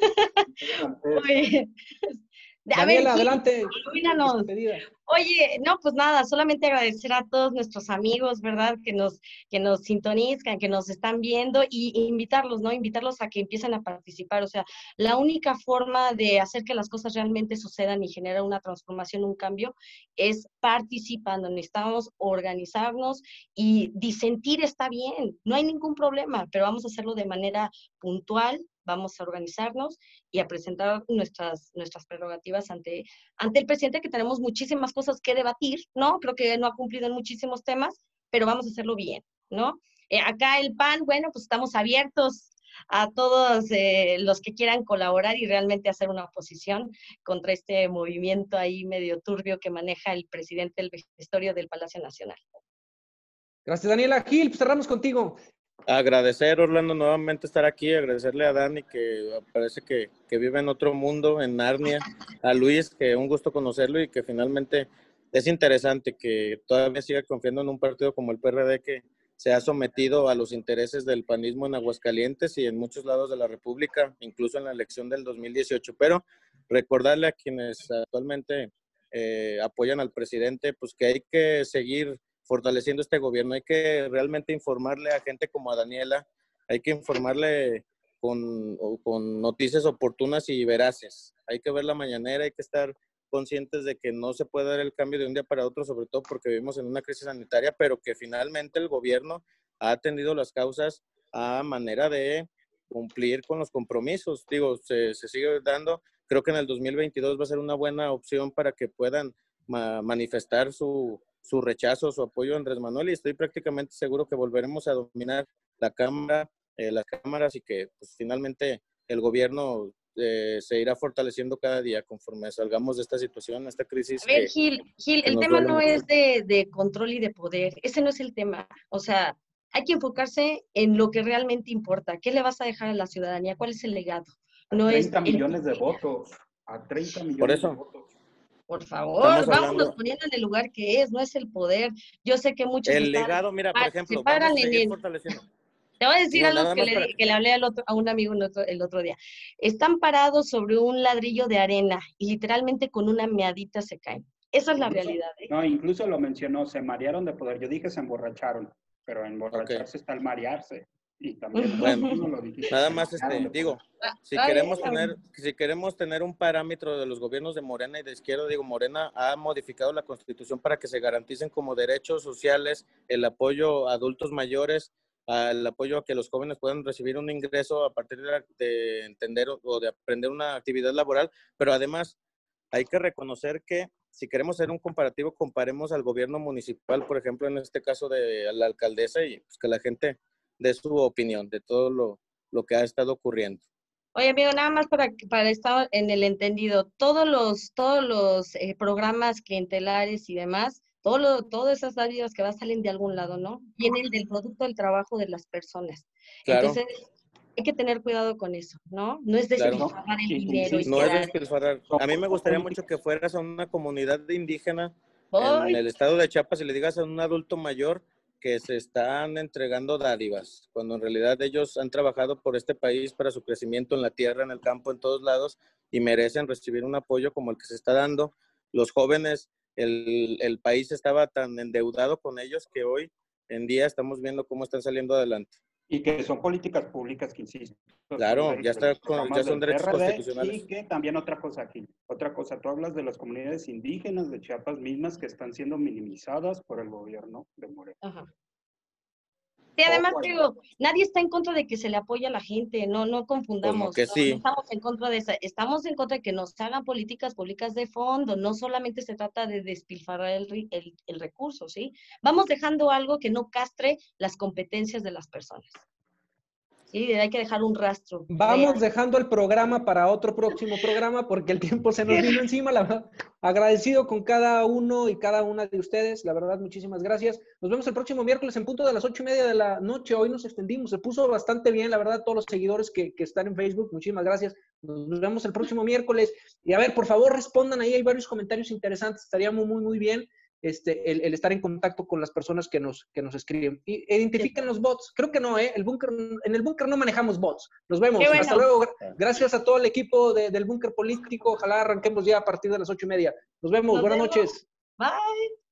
Oye, a Daniela, ver, Gil, adelante. Despedida. Oye, no, pues nada, solamente agradecer a todos nuestros amigos, ¿verdad? Que nos, que nos sintonizan, que nos están viendo y, y invitarlos, ¿no? Invitarlos a que empiecen a participar. O sea, la única forma de hacer que las cosas realmente sucedan y generar una transformación, un cambio, es participando. Necesitamos organizarnos y disentir está bien, no hay ningún problema, pero vamos a hacerlo de manera puntual. Vamos a organizarnos y a presentar nuestras, nuestras prerrogativas ante, ante el presidente, que tenemos muchísimas cosas que debatir, ¿no? Creo que no ha cumplido en muchísimos temas, pero vamos a hacerlo bien, ¿no? Eh, acá el P A N, bueno, pues estamos abiertos a todos eh, los que quieran colaborar y realmente hacer una oposición contra este movimiento ahí medio turbio que maneja el presidente del vejestorio del Palacio Nacional. Gracias, Daniela. Gil, pues cerramos contigo. Agradecer, Orlando, nuevamente estar aquí, agradecerle a Dani, que parece que, que vive en otro mundo, en Narnia, a Luis, que un gusto conocerlo y que finalmente es interesante que todavía siga confiando en un partido como el P R D, que se ha sometido a los intereses del panismo en Aguascalientes y en muchos lados de la República, incluso en la elección del dos mil dieciocho, pero recordarle a quienes actualmente eh, apoyan al presidente, pues que hay que seguir fortaleciendo este gobierno, hay que realmente informarle a gente como a Daniela, hay que informarle con, con noticias oportunas y veraces, hay que ver la mañanera, hay que estar conscientes de que no se puede dar el cambio de un día para otro, sobre todo porque vivimos en una crisis sanitaria, pero que finalmente el gobierno ha atendido las causas a manera de cumplir con los compromisos, digo, se, se sigue dando, creo que en el dos mil veintidós va a ser una buena opción para que puedan ma- manifestar su su rechazo, su apoyo a Andrés Manuel, y estoy prácticamente seguro que volveremos a dominar la Cámara, eh, las cámaras y que pues, finalmente el gobierno eh, se irá fortaleciendo cada día conforme salgamos de esta situación, esta crisis. A ver, que, Gil, Gil, que el nos tema duele no mucho. es de, de control y de poder, ese no es el tema. O sea, hay que enfocarse en lo que realmente importa. ¿Qué le vas a dejar a la ciudadanía? ¿Cuál es el legado? A No es treinta el millones de poder. votos, a treinta Por millones de eso, votos. Por favor, estamos vámonos hablando, poniendo en el lugar que es, no es el poder. Yo sé que muchos el están, legado, mira, por pa- se ejemplo, vamos paran a en seguir el, fortaleciendo. te voy a decir Digo, algo nada que más le, para, di- que le hablé al otro, a un amigo el otro, el otro día. Están parados sobre un ladrillo de arena y literalmente con una meadita se caen. Esa es la Incluso, realidad, ¿eh? no, incluso lo mencionó, se marearon de poder. Yo dije se emborracharon, pero ok, emborracharse está el marearse. Y también bueno, tú lo dijiste, nada se más, marearon este, de poder. digo, si Está bien, queremos tener, si queremos tener un parámetro de los gobiernos de Morena y de izquierda, digo, Morena ha modificado la Constitución para que se garanticen como derechos sociales el apoyo a adultos mayores, el apoyo a que los jóvenes puedan recibir un ingreso a partir de, de entender o de aprender una actividad laboral, pero además hay que reconocer que si queremos hacer un comparativo, comparemos al gobierno municipal, por ejemplo, en este caso de la alcaldesa, y pues que la gente dé su opinión de todo lo, lo que ha estado ocurriendo. Oye, amigo, nada más para, para estar en el entendido, todos los, todos los eh, programas clientelares y demás, todo lo, todas esas dádivas que van salen de algún lado, ¿no? Vienen del producto del trabajo de las personas. Claro. Entonces, hay que tener cuidado con eso, ¿no? No es Claro. despilfarrar el Y- dinero y No es quedar. despilfarrar. A mí me gustaría mucho que fueras a una comunidad indígena en ¡Ay! el estado de Chiapas y le digas a un adulto mayor que se están entregando dádivas, cuando en realidad ellos han trabajado por este país para su crecimiento en la tierra, en el campo, en todos lados, y merecen recibir un apoyo como el que se está dando. Los jóvenes, el, el país estaba tan endeudado con ellos que hoy en día estamos viendo cómo están saliendo adelante. Y que son políticas públicas que, insisto, Claro, son de, ya, está, de los programas ya son del derechos P R D. constitucionales. Y que también otra cosa aquí, otra cosa, tú hablas de las comunidades indígenas de Chiapas mismas que están siendo minimizadas por el gobierno de Morena. Ajá. Sí, además, Ojo ahí. digo, nadie está en contra de que se le apoye a la gente, no, no confundamos. Pues no que sí. No estamos en contra de esa, estamos en contra de que nos hagan políticas públicas de fondo, no solamente se trata de despilfarrar el, ri- el, el recurso, ¿sí? Vamos dejando algo que no castre las competencias de las personas. Sí, hay que dejar un rastro. Vamos real. dejando el programa para otro próximo programa porque el tiempo se nos vino encima. La verdad, agradecido con cada uno y cada una de ustedes. La verdad, muchísimas gracias. Nos vemos el próximo miércoles en punto de las ocho y media de la noche. Hoy nos extendimos. Se puso bastante bien, la verdad, todos los seguidores que, que están en Facebook. Muchísimas gracias. Nos vemos el próximo miércoles. Y a ver, por favor, respondan ahí. Hay varios comentarios interesantes. Estaría muy, muy, muy bien. Este, el, el estar en contacto con las personas que nos, que nos escriben. Y identifiquen los bots. Creo que no, ¿eh? El búnker, en el búnker no manejamos bots. Nos vemos. Qué bueno. Hasta luego. Gracias a todo el equipo de, del búnker político. Ojalá arranquemos ya a partir de las ocho y media. Nos vemos. Nos Buenas vemos. noches. Bye.